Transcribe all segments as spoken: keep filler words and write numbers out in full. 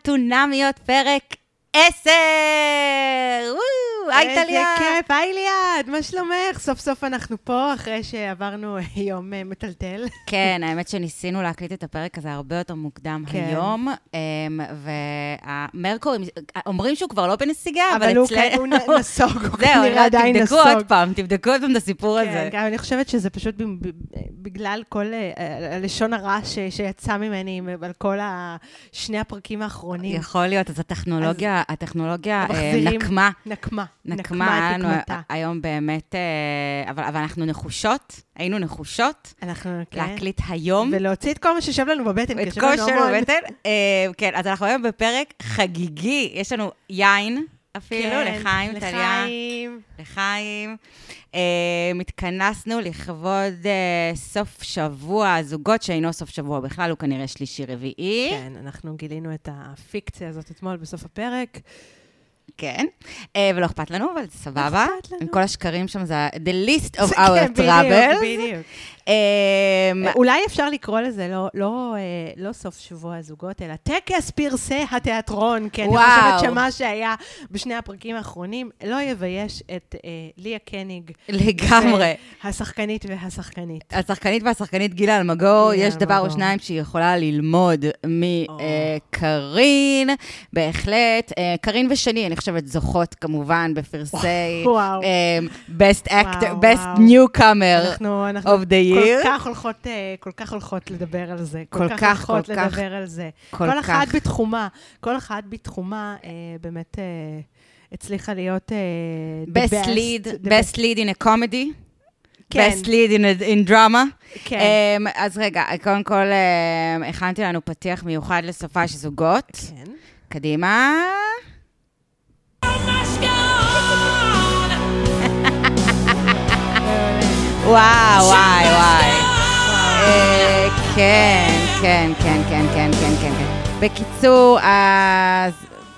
חתונמיות, פרק עשר! היי טליה! איזה כיף, היי ליעד, מה שלומך? סוף סוף אנחנו פה, אחרי שעברנו יום מטלטל. כן, האמת שניסינו להקליט את הפרק הזה הרבה יותר מוקדם היום, והמרקו, אומרים שהוא כבר לא בנסיגה, אבל הוא נסוג, הוא כנראה עדיין נסוג. תבדקו עוד פעם, תבדקו עוד פעם את הסיפור הזה. כן, אני חושבת שזה פשוט בגלל כל הלשון הרע שיצא ממני, על כל שני הפרקים האחרונים. יכול להיות, אז הטכנולוגיה, הטכנולוגיה נקמה. נקמה. נקמה, היום באמת, אבל אנחנו נחושות, היינו נחושות, להקליט היום. ולהוציא את כל מה שישב לנו בבטן. את כל מה שישב לנו בבטן, כן, אז אנחנו היום בפרק חגיגי, יש לנו יין אפילו, לחיים, טליה. לחיים. לחיים. מתכנסנו לכבוד סוף שבוע, הזוגות שאינו סוף שבוע, בכלל הוא כנראה שלישי רביעי. כן, אנחנו גילינו את הפיקציה הזאת אתמול בסוף הפרק. כן, ולא אכפת לנו, אבל זה סבבה. עם כל השקרים שם זה the list of our troubles. בדיוק, בדיוק. אולי אפשר לקרוא לזה לא סוף שבוע הזוגות, אלא טקס פרסי התיאטרון, כי אני חושבת שמה שהיה בשני הפרקים האחרונים, לא יבייש את ליה קניג. לגמרי. השחקנית והשחקנית. השחקנית והשחקנית גילה אלמגור, יש דבר או שניים שהיא יכולה ללמוד מקרין, בהחלט. קרין ושני, אני חושבת זוכות כמובן בפרסי best actor, best newcomer of the year. כל כך הולכות, כל כך הולכות לדבר על זה. כל כך הולכות לדבר על זה. כל אחת בתחומה, כל אחת בתחומה באמת הצליחה להיות best lead, best lead in a comedy. best lead in, in drama. כן. Um, אז רגע, קודם כל, um, הכנתי לנו פתיח מיוחד לסופה של זוגות. כן. קדימה. וואו, וואי, וואי. כן, כן, כן, כן, כן, כן, כן. בקיצור, אז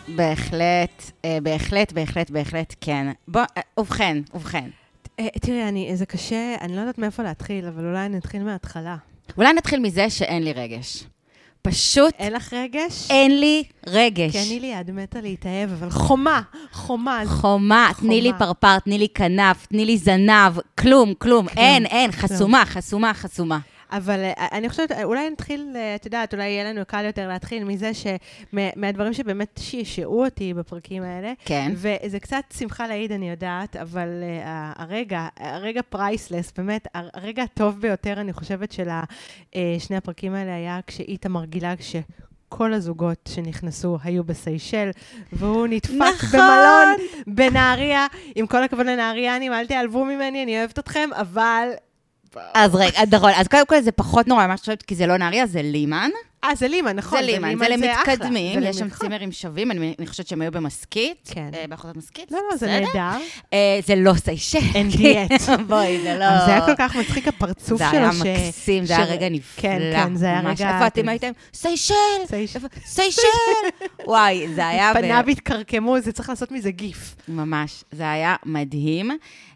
בהחלט, בהחלט, בהחלט, בהחלט, כן. בוא, ובכן, ובכן. תראי, אני, זה קשה, אני לא יודעת מאיפה להתחיל, אבל אולי נתחיל מההתחלה. אולי נתחיל מזה שאין לי רגש. פשוט... אין לך רגש? אין לי רגש. כן, אני ליד מתה להתאהב, אבל חומה, חומה. חומה, תני לי פרפר, תני לי כנף, תני לי זנב, כלום, כלום. אין, אין, חסומה, חסומה, חסומה. אבל אני חושבת, אולי נתחיל, את יודעת, אולי יהיה לנו קל יותר להתחיל מזה שמהדברים שבאמת שישעו אותי בפרקים האלה. כן. וזה קצת שמחה להעיד, אני יודעת, אבל הרגע, הרגע פרייסלס, באמת, הרגע הטוב ביותר, אני חושבת, של שני הפרקים האלה היה כשאיתמר גילה, כש... כל הזוגות שנכנסו היו בסיישל, והוא נדפק נכון. במלון בנהריה. עם כל הכבוד לנהריה, אני אל תיעלבו ממני, אני אוהבת אתכם, אבל... אז רגע, נכון, אז קודם כל זה פחות נורא, מה שחושבת, כי זה לא נהריה, זה לימן. אה, זה לימן, נכון. זה לימן, זה למתקדמים, יש שם צימרים שווים, אני חושבת שהם היו במשכית, באחוזת משכית. לא, לא, זה נהדר. זה לא סיישל. אין דיאט. בואי, זה לא... זה היה כל כך מצחיק הפרצוף שלו. זה היה מקסים, זה היה רגע נפלא. כן, כן, זה היה רגע... איפה אתם הייתם? סיישל! סיישל! וואי, זה היה... פניו התקרקמו, זה צריך לעשות מזה גיף. ממש, זה היה מדהים.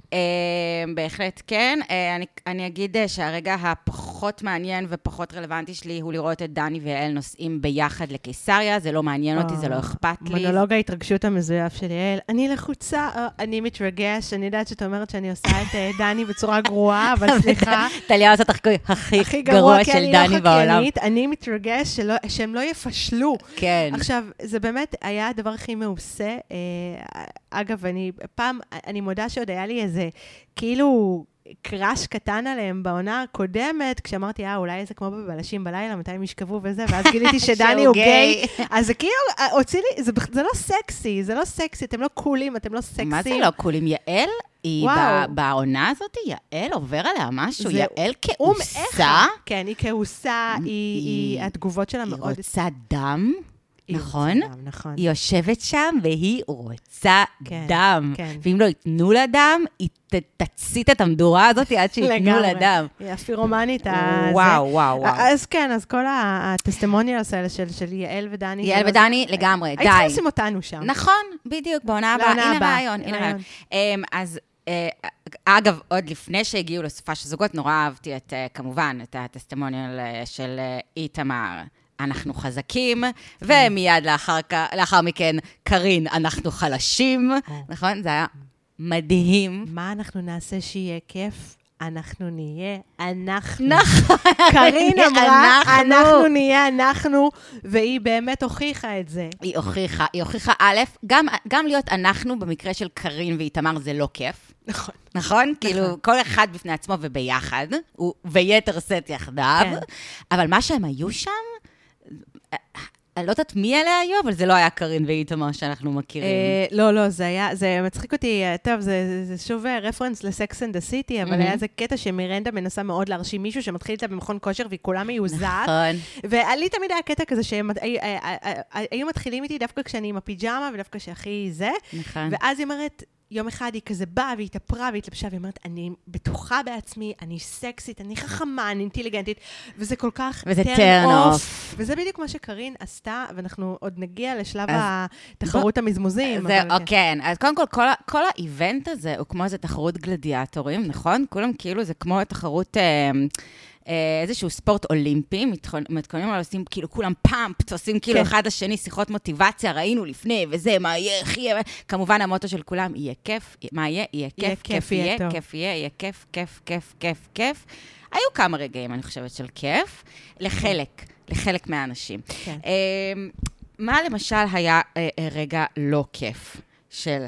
Uh, בהחלט כן. Uh, אני, אני אגיד uh, שהרגע הפחות מעניין ופחות רלוונטי שלי הוא לראות את דני ויעל נוסעים ביחד לקיסריה, זה לא מעניין אותי, זה לא אכפת לי. מונולוג ההתרגשות המזויף של יעל, אני לחוצה, uh, אני מתרגש, אני יודעת שאת אומרת שאני עושה את uh, דני בצורה גרועה, אבל סליחה. טליה עושה את הכי, הכי גרוע של דני בעולם. אני מתרגש שלא, שהם לא יפשלו. כן. עכשיו, זה באמת היה הדבר הכי מעושה. Uh, אגב, אני פעם, אני מודה שעוד היה לי איזה, כאילו, קראש קטן עליהם בעונה הקודמת, כשאמרתי, אה, אולי זה כמו בבלשים בלילה, מתי הם ישכבו וזה, ואז גיליתי שדני הוא גיי. אז זה כאילו, הוציא לי, זה, זה לא סקסי, זה לא סקסי, אתם לא קולים, אתם לא סקסים. מה זה לא קולים? יעל? היא בעונה הזאת, יעל עובר עליה משהו, יעל כעוסה. כן, היא כעוסה, היא, התגובות שלה מאוד... היא רוצה דם. נכון? נכון. היא יושבת שם והיא רוצה כן, דם. כן. ואם לא ייתנו לה דם, היא תצית את המדורה הזאת עד שיתנו לה דם. היא הפירומנית. וואו, וואו, וואו. אז כן, אז כל הטסטימוניאלס האלה של יעל ודני. יעל ודני לגמרי, די. היית צריכים לשים אותנו שם. נכון, בדיוק, בעונה הבאה. הנה רעיון, הנה רעיון. אז... אגב, עוד לפני שהגיעו לסופה של זוגות, נורא אהבתי את, כמובן, את הטסטימוניאל של איתמר אנחנו חזקים, ומיד לאחר, לאחר מכן, קרין, אנחנו חלשים, נכון? זה היה מדהים. מה אנחנו נעשה שיהיה כיף? אנחנו נהיה אנחנו. נכון. קרין אמרה, אנחנו נהיה אנחנו, והיא באמת הוכיחה את זה. היא הוכיחה, היא הוכיחה א', גם, גם להיות אנחנו במקרה של קרין ואיתמר זה לא כיף. נכון. נכון? כאילו, כל אחד בפני עצמו וביחד, ויתר סט יחדיו, אבל מה שהם היו שם, אני לא יודעת מי אלה היו, אבל זה לא היה קרין ואיתמר שאנחנו מכירים. לא, לא, זה היה, זה מצחיק אותי, טוב, זה שוב רפרנס לסקס אנד דה סיטי, אבל היה זה קטע שמירנדה מנסה מאוד להרשים מישהו שמתחיל איתה במכון כושר, והיא כולה מיוזעת. נכון. ולי תמיד היה קטע כזה שהם היו מתחילים איתי דווקא כשאני עם הפיג'מה, ודווקא כשהכי זה. נכון. ואז היא אומרת, יום אחד היא כזה באה והיא התאפרה והתלבשה, והיא אומרת, אני בטוחה בעצמי, אני סקסית, אני חכמה, אני אינטליגנטית, וזה כל כך וזה turn off. וזה בדיוק מה שקרין עשתה, ואנחנו עוד נגיע לשלב התחרות המזמוזים. זהו, כן. אז קודם כל, כל האיבנט הזה הוא כמו איזה תחרות גלדיאטורים, נכון? כולם כאילו זה כמו תחרות איזשהו ספורט אולימפי, מתכוננים על עושים כאילו כולם פאמפ, עושים כאילו אחד לשני שיחות מוטיבציה, ראינו לפני, וזה, מה יהיה, איך יהיה, כמובן המוטו של כולם, יהיה כיף, מה יהיה, יהיה כיף, כיף יהיה, כיף יהיה, יהיה כיף, כיף, כיף, כיף, כיף. היו כמה רגעים, אני חושבת, של כיף, לחלק, לחלק מהאנשים. מה למשל היה רגע לא כיף של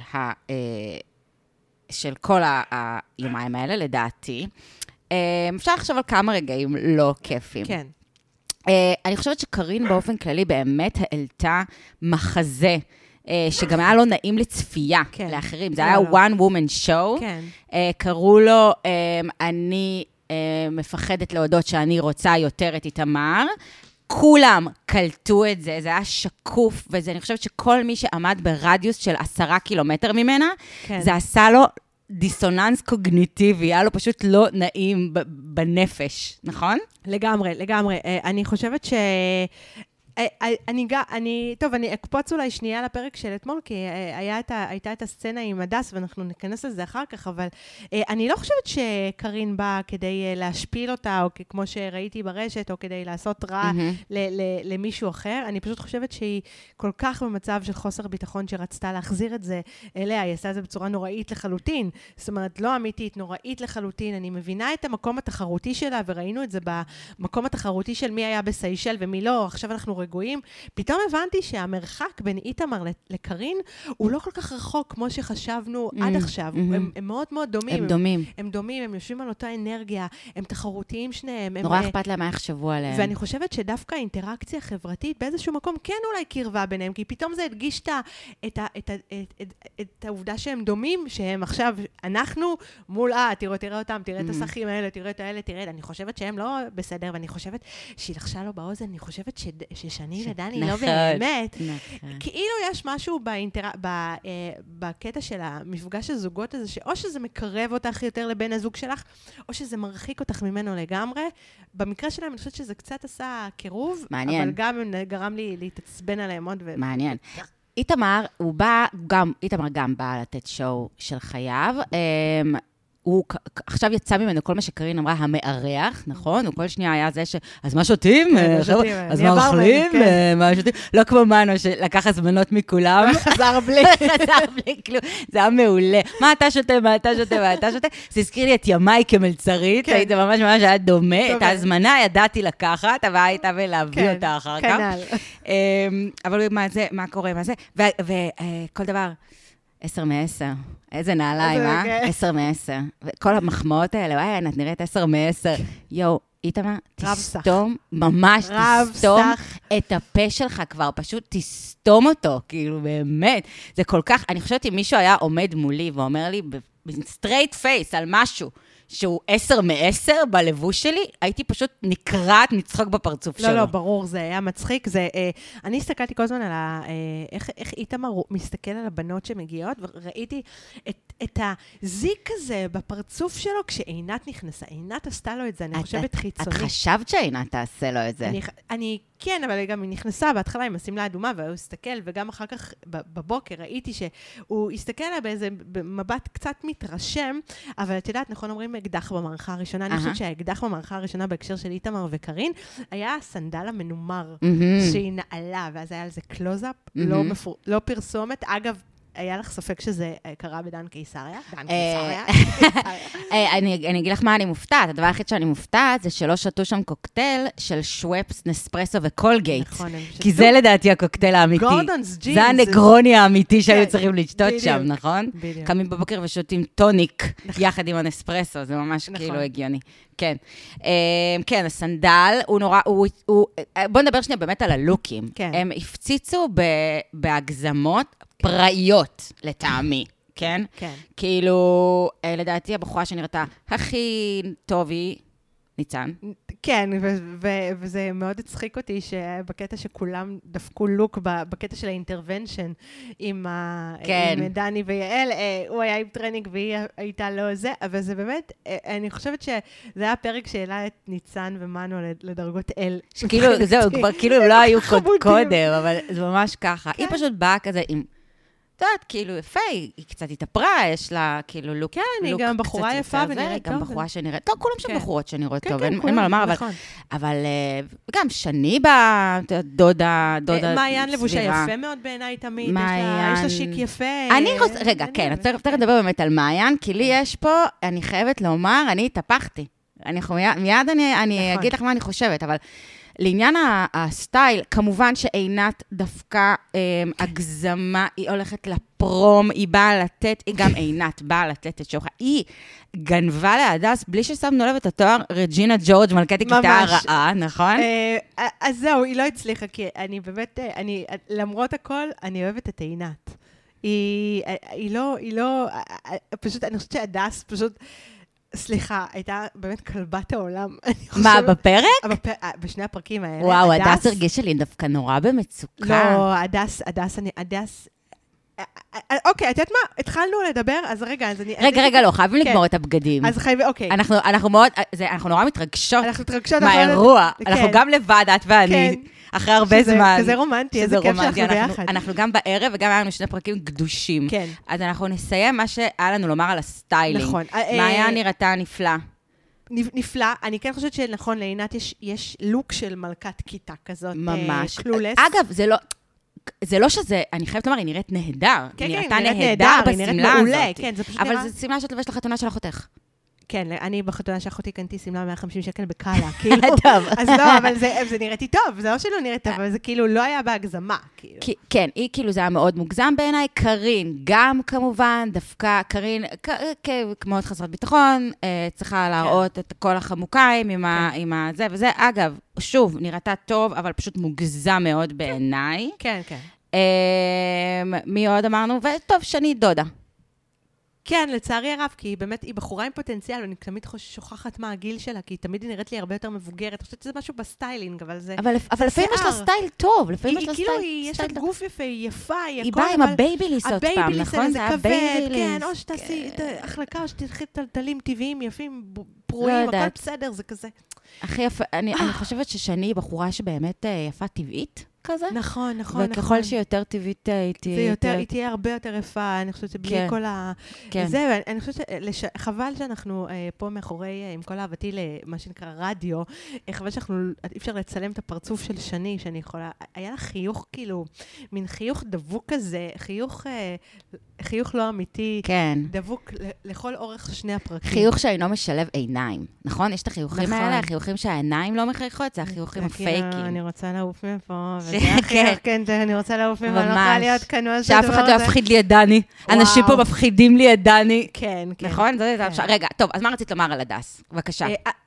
כל היומיים האלה, לדעתי? אפשר לחשוב על כמה רגעים לא כיפים. כן. אני חושבת שקרין באופן כללי באמת העלתה מחזה, שגם היה לא נעים לצפייה לאחרים. זה היה one woman show. קראו לו, אני מפחדת להודות שאני רוצה יותר את איתמר. כולם קלטו את זה, זה היה שקוף, ואני חושבת שכל מי שעמד ברדיוס של עשרה קילומטר ממנה, זה עשה לו דיסוננס קוגניטיבי, היה לו פשוט לא נעים בנפש, נכון? לגמרי, לגמרי. אני חושבת ש... אני, אני, טוב, אני אקפוץ אולי שנייה לפרק של אתמול, כי היה את ה, הייתה את הסצנה עם הדס, ואנחנו ניכנס לזה אחר כך, אבל אני לא חושבת שקרין באה כדי להשפיל אותה, או כמו שראיתי ברשת, או כדי לעשות רע mm-hmm. ל, ל, למישהו אחר. אני פשוט חושבת שהיא כל כך במצב של חוסר ביטחון, שרצתה להחזיר את זה אליה, היא עשה את זה בצורה נוראית לחלוטין. זאת אומרת, לא אמיתית, נוראית לחלוטין. אני מבינה את המקום התחרותי שלה, וראינו את זה במקום התחרותי של מי היה בסיישל ומי לא. עכשיו אנחנו רגועים. פתאום הבנתי שהמרחק בין איתמר לקרין הוא לא כל כך רחוק כמו שחשבנו עד עכשיו. הם מאוד מאוד דומים. הם דומים. הם דומים, הם יושבים על אותה אנרגיה, הם תחרותיים שניהם. נורא אכפת להם מה יחשבו עליהם. ואני חושבת שדווקא האינטראקציה חברתית באיזשהו מקום כן אולי קרבה ביניהם, כי פתאום זה הדגיש את העובדה שהם דומים, שהם עכשיו, אנחנו מול, אה, תראו, תראה אותם, תראה את השחים האלה, תראה את האלה, תראה, אני חושבת שהם לא בסדר, ואני חושבת שהיא לחשה לו באוזן, אני חושבת ששני לדני לא באמת. כאילו יש משהו בקטע של המפגש הזוגות הזה, שאו שזה מקרב אותך יותר לבן הזוג שלך, או שזה מרחיק אותך ממנו לגמרי. במקרה שלהם, אני חושבת שזה קצת עשה קירוב, אבל גם גרם לי להתעצבן עליהם עוד. מעניין. איתמר, הוא בא, גם, איתמר גם בא לתת שואו של חייו. הוא עכשיו יצא ממנו כל מה שקרין אמרה, המארח, נכון? הוא כל שנייה היה זה ש... אז מה שותים? אז מה אוכלים? מה שותים? לא כמו מנו שלקח הזמנות מכולם. חזר בלי. חזר בלי כלום. זה היה מעולה. מה אתה שותה? מה אתה שותה? מה אתה שותה? זה הזכיר לי את ימיי כמלצרית. היית ממש ממש היה דומה. את ההזמנה ידעתי לקחת, אבל הייתה ולהביא אותה אחר כך. אבל מה קורה? מה זה? וכל דבר... עשר מעשר. איזה נעליים, אה? עשר מעשר. וכל המחמאות האלה, וואי, את נראית עשר מעשר. יואו, איתמר, תסתום, ממש תסתום את הפה שלך כבר, פשוט תסתום אותו, כאילו, באמת. זה כל כך, אני חושבת אם מישהו היה עומד מולי ואומר לי, בסטרייט פייס על משהו, שהוא עשר מעשר בלבוש שלי, הייתי פשוט נקראת מצחוק בפרצוף שלו. לא, לא, ברור, זה היה מצחיק. זה, אה, אני הסתכלתי כל הזמן על ה, אה, איך, איך איתמר מסתכל על הבנות שמגיעות, וראיתי את, את הזיק הזה בפרצוף שלו, כשעינת נכנסה. עינת עשתה לו את זה, אני חושבת חיצונית. את חשבת שעינת תעשה לו את זה? אני, אני כן, אבל גם היא נכנסה בהתחלה עם השמלה אדומה, והוא הסתכל, וגם אחר כך בבוקר ראיתי שהוא הסתכל עליה באיזה מבט קצת מתרשם, אבל את יודעת, נכון אומרים אקדח במערכה הראשונה, אני חושבת שהאקדח במערכה הראשונה בהקשר של איתמר וקרין, היה הסנדל המנומר שהיא נעלה, ואז היה על זה קלוזאפ, לא פרסומת. אגב, היה לך ספק שזה קרה בדן קיסריה? דן קיסריה? אני אגיד לך מה אני מופתעת. הדבר היחיד שאני מופתעת זה שלא שתו שם קוקטייל של שוואפס, נספרסו וקולגייט. כי זה לדעתי הקוקטייל האמיתי. גורדונס ג'ינס. זה הנגרוני האמיתי שהיו צריכים לשתות שם, נכון? קמים בבוקר ושותים טוניק יחד עם הנספרסו, זה ממש כאילו הגיוני. כן. כן, הסנדל הוא נורא, בוא נדבר שנייה באמת על הלוקים. הם הפציצו בהגזמות פראיות, לטעמי, כן? כן. כאילו, לדעתי, הבחורה שנראתה הכי טוב היא ניצן. כן, וזה מאוד הצחיק אותי שבקטע שכולם דפקו לוק, בקטע של האינטרוונשן עם דני ויעל, הוא היה עם טרנינג והיא הייתה לא זה, אבל זה באמת, אני חושבת שזה היה פרק שהעלה את ניצן ומנו לדרגות אל. כאילו, זהו, כבר כאילו הם לא היו קודם, אבל זה ממש ככה. היא פשוט באה כזה עם... את יודעת, כאילו יפה, היא קצת התאפרה, יש לה כאילו לוק קצת כן, היא גם בחורה יפה ונראית טוב. גם בחורה שנראית, טוב, כולם שם בחורות שנראות טוב, אין מה לומר, אבל גם שני בה, דודה, דודה סבירה. מעיין לבושה יפה מאוד בעיניי תמיד, יש לה שיק יפה. אני רוצה, רגע, כן, אני צריך לדבר באמת על מעיין, כי לי יש פה, אני חייבת לומר, אני התהפכתי. מיד אני אגיד לך מה אני חושבת, אבל... לעניין הסטייל, כמובן שעינת דווקא הגזמה, היא הולכת לפרום, היא באה לתת, היא גם עינת באה לתת את שוחד. היא גנבה להדס, בלי ששמנו לב את התואר, רג'ינה ג'ורג' מלכת כיתה הרעה, נכון? אז זהו, היא לא הצליחה, כי אני באמת, למרות הכל, אני אוהבת את עינת. היא לא, היא לא, פשוט, אני חושבת שהדס פשוט... סליחה, הייתה באמת כלבת העולם. מה, בפרק? בשני הפרקים האלה. וואו, הדס הרגיש שלי דווקא נורא במצוקה. לא, הדס, הדס, אני, הדס... אוקיי, את יודעת מה? התחלנו לדבר, אז רגע, אז אני... רגע, רגע, לא, חייבים לגמור את הבגדים. אז חייבים, אוקיי. אנחנו מאוד, אנחנו נורא מתרגשות. אנחנו מתרגשות. מהאירוע. אנחנו גם לבד, את ואני. אחרי הרבה זמן. כזה רומנטי, איזה כיף שאנחנו ביחד. אנחנו גם בערב, וגם היה לנו שני פרקים קדושים. כן. אז אנחנו נסיים מה שהיה לנו לומר על הסטיילינג. נכון. מה היה נראתה נפלא? נפלא. אני כן חושבת שנכון, לעינת יש לוק של מלכת כיתה כזאת. ממש. קלולס. אגב, זה לא... זה לא שזה, אני חייבת לומר, היא נראית נהדר. היא נראתה נהדר בסמלה הזאת. אבל זו סמלה שאת לבשת לחתונה של אחותך. כן, אני בחתונה שאחותי קנתי סמלה מאה וחמישים שקל בקאלה, כאילו. אז לא, אבל זה נראיתי טוב, זה לא שלא נראית טוב, אבל זה כאילו לא היה בהגזמה, כאילו. כן, היא כאילו, זה היה מאוד מוגזם בעיניי. קרין, גם כמובן, דווקא קרין, כמו חסרת ביטחון, צריכה להראות את כל החמוקיים עם זה וזה. אגב, שוב, נראתה טוב, אבל פשוט מוגזם מאוד בעיניי. כן, כן. מי עוד אמרנו? וטוב, שני דודה. כן, לצערי הרב, כי היא באמת, היא בחורה עם פוטנציאל, ואני תמיד שוכחת מה הגיל שלה, כי היא תמיד נראית לי הרבה יותר מבוגרת. אני חושבת שזה משהו בסטיילינג, אבל זה... אבל לפעמים יש לה סטייל טוב, לפעמים יש לה סטייל... כאילו, יש לה גוף יפה, היא יפה, היא היא באה עם הבייביליסות פעם, נכון? זה כבד, כן, או שתעשי את החלקה, או שתלכי טלטלים טבעיים, יפים, פרועים, הכל בסדר, זה כזה. הכי יפה, אני חושבת ששני היא בחורה שבאמת יפה טבעית. כזה. נכון, נכון, וככל נכון. שיותר טבעית היא תהיה... יותר, היא תהיה הרבה יותר יפה, אני חושבת שבלי כן. כל ה... כן. זהו, אני חושבת שחבל שאנחנו אה, פה מאחורי, אה, עם כל אהבתי למה שנקרא רדיו, אה, חבל שאנחנו, אי אפשר לצלם את הפרצוף של שני, שאני יכולה... היה לה חיוך כאילו, מין חיוך דבוק כזה, חיוך... אה, חיוך לא אמיתי, כן. דבוק לכל אורך שני הפרקים. חיוך שאינו משלב עיניים, נכון? יש את החיוכים נכון. האלה, החיוכים שהעיניים לא מחייכות, זה החיוכים הפייקים. אני רוצה לעוף מפה, וזה החיוך, כן, אני רוצה לעוף מפה, אני לא יכולה להיות כנוע שאף אחד לא יפחיד לי את דני. אנשים פה מפחידים לי את דני. כן, כן. נכון? רגע, טוב, אז מה רצית לומר על הדס? בבקשה.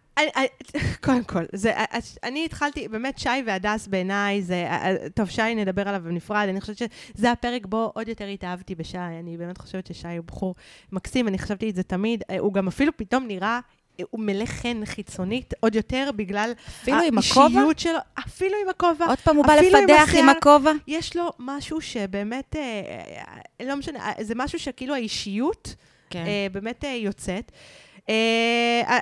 קודם כל, אני התחלתי, באמת שי והדס בעיניי, זה, טוב, שי נדבר עליו בנפרד, אני חושבת שזה הפרק בו עוד יותר התאהבתי בשי, אני באמת חושבת ששי הוא בחור מקסים, אני חשבתי את זה תמיד, הוא גם אפילו פתאום נראה, הוא מלא חן חיצונית, עוד יותר בגלל האישיות שלו, אפילו עם הכובע. עוד פעם הוא בא לפדח עם הכובע. יש לו משהו שבאמת, לא משנה, זה משהו שכאילו האישיות באמת יוצאת.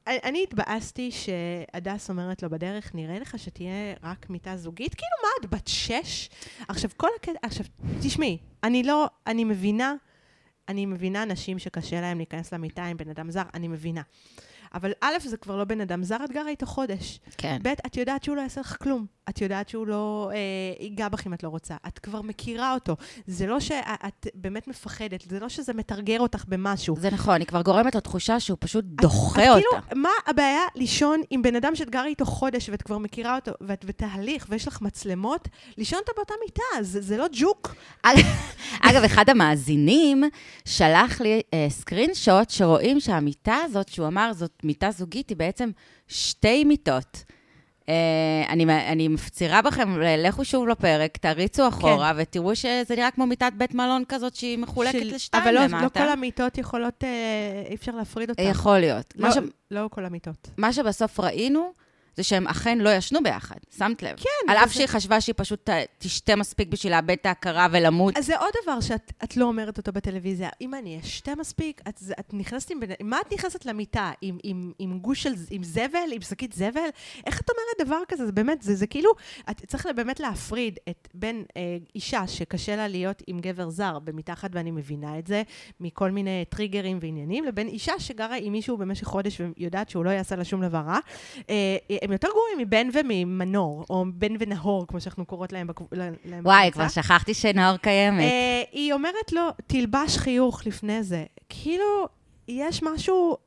אני התבאסתי שהדס אומרת לו בדרך, נראה לך שתהיה רק מיטה זוגית? כאילו מה, את בת שש? עכשיו, כל הקטע, עכשיו, תשמעי, אני לא, אני מבינה, אני מבינה נשים שקשה להם להיכנס למיטה עם בן אדם זר, אני מבינה. אבל א', זה כבר לא בן אדם זר, את גרה איתו חודש. כן. ב', את יודעת שהוא לא יעשה לך כלום. את יודעת שהוא לא אה, ייגע בך אם את לא רוצה. את כבר מכירה אותו. זה לא שאת באמת מפחדת, זה לא שזה מתרגר אותך במשהו. זה נכון, אני כבר גורמת לו תחושה שהוא פשוט דוחה את, אותה. את כאילו, מה הבעיה לישון עם בן אדם שאת גרה איתו חודש, ואת כבר מכירה אותו, ואת בתהליך, ויש לך מצלמות, לישון אותה באותה מיטה, זה, זה לא ג'וק. אגב, אחד המאזינים שלח לי אה, סקרינשוט שרואים שהמיטה הזאת, שהוא אמר, זאת מיטה זוגית, היא בעצם שתי מיטות. Uh, אני, אני מפצירה בכם, לכו שוב לפרק, תריצו אחורה, כן. ותראו שזה נראה כמו מיטת בית מלון כזאת, שהיא מחולקת של... לשתיים אבל למטה. אבל לא כל המיטות יכולות, uh, אי אפשר להפריד אותן. יכול להיות. לא, ש... לא כל המיטות. מה שבסוף ראינו, זה שהם אכן לא ישנו ביחד, שמת לב. כן. על אף שהיא חשבה שהיא פשוט תשתה מספיק בשביל לאבד את ההכרה ולמות. אז זה עוד דבר שאת לא אומרת אותו בטלוויזיה. אם אני אשתה מספיק, את, את נכנסת עם... מה את נכנסת למיטה? עם, עם, עם גוש של... עם זבל? עם שקית זבל? איך את אומרת דבר כזה? זה באמת, זה, זה כאילו... את צריך באמת להפריד את בין אה, אישה שקשה לה להיות עם גבר זר במיטה אחת, ואני מבינה את זה, מכל מיני טריגרים ועניינים, לבין אישה שגרה עם מישהו במשך חודש ויודעת שהוא לא יעשה לה שום דבר רע. אה, הם יותר גרועים מבן וממנור, או בן ונהור, כמו שאנחנו קוראות להם בקבוצה. וואי, כבר שכחתי שנהור קיימת. היא אומרת לו, תלבש חיוך לפני זה. כאילו, יש משהו...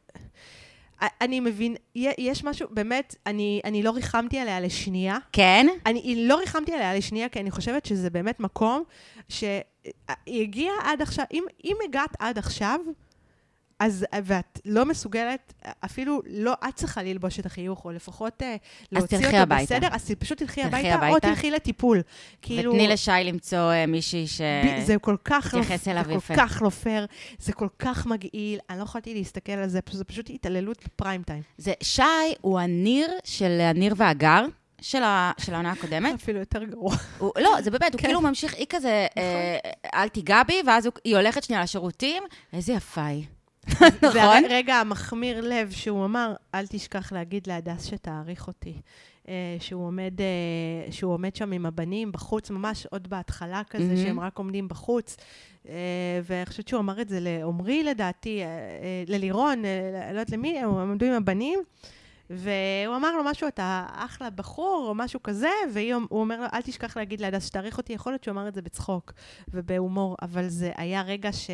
אני מבין, יש משהו, באמת, אני, אני לא ריחמתי עליה לשנייה. כן? אני לא ריחמתי עליה לשנייה, כי אני חושבת שזה באמת מקום שהיא הגיעה עד עכשיו, אם, אם הגעת עד עכשיו, אז, ואת לא מסוגלת, אפילו לא, את צריכה ללבוש את החיוך, או לפחות להוציא אותו הביתה. בסדר, אז פשוט תלכי הביתה, הביתה, או תלכי לטיפול. כאילו... ותני לשי למצוא מישהי ש... זה כל כך לא, זה כל כך לא פייר, זה כל כך מגעיל, אני לא יכולתי להסתכל על זה, זה פשוט התעללות בפריים טיים. זה, שי הוא הניר של הניר והגר, של העונה הקודמת. אפילו יותר גרוע. לא, זה באמת, הוא כאילו ממשיך, היא כזה, אל תיגע בי, ואז היא הולכת שנייה לשירותים, איזה יפה היא. זה הרגע המחמיר לב שהוא אמר, אל תשכח להגיד להדס שתעריך אותי. שהוא עומד, שהוא עומד שם עם הבנים בחוץ, ממש עוד בהתחלה כזה, שהם רק עומדים בחוץ. ואני חושבת שהוא אמר את זה לעומרי לדעתי, ללירון, לא יודעת למי, הם עמדו עם הבנים. והוא אמר לו משהו, אתה אחלה בחור, או משהו כזה, והוא אומר לו, אל תשכח להגיד להדס שתעריך אותי. יכול להיות שהוא אמר את זה בצחוק ובהומור, אבל זה היה רגע ש...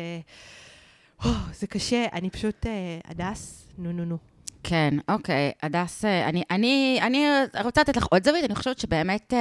זה קשה, אני פשוט, הדס, נו, נו, נו. כן, אוקיי, הדס, אני, אני, אני רוצה לתת לך עוד זווית, אני חושבת שבאמת,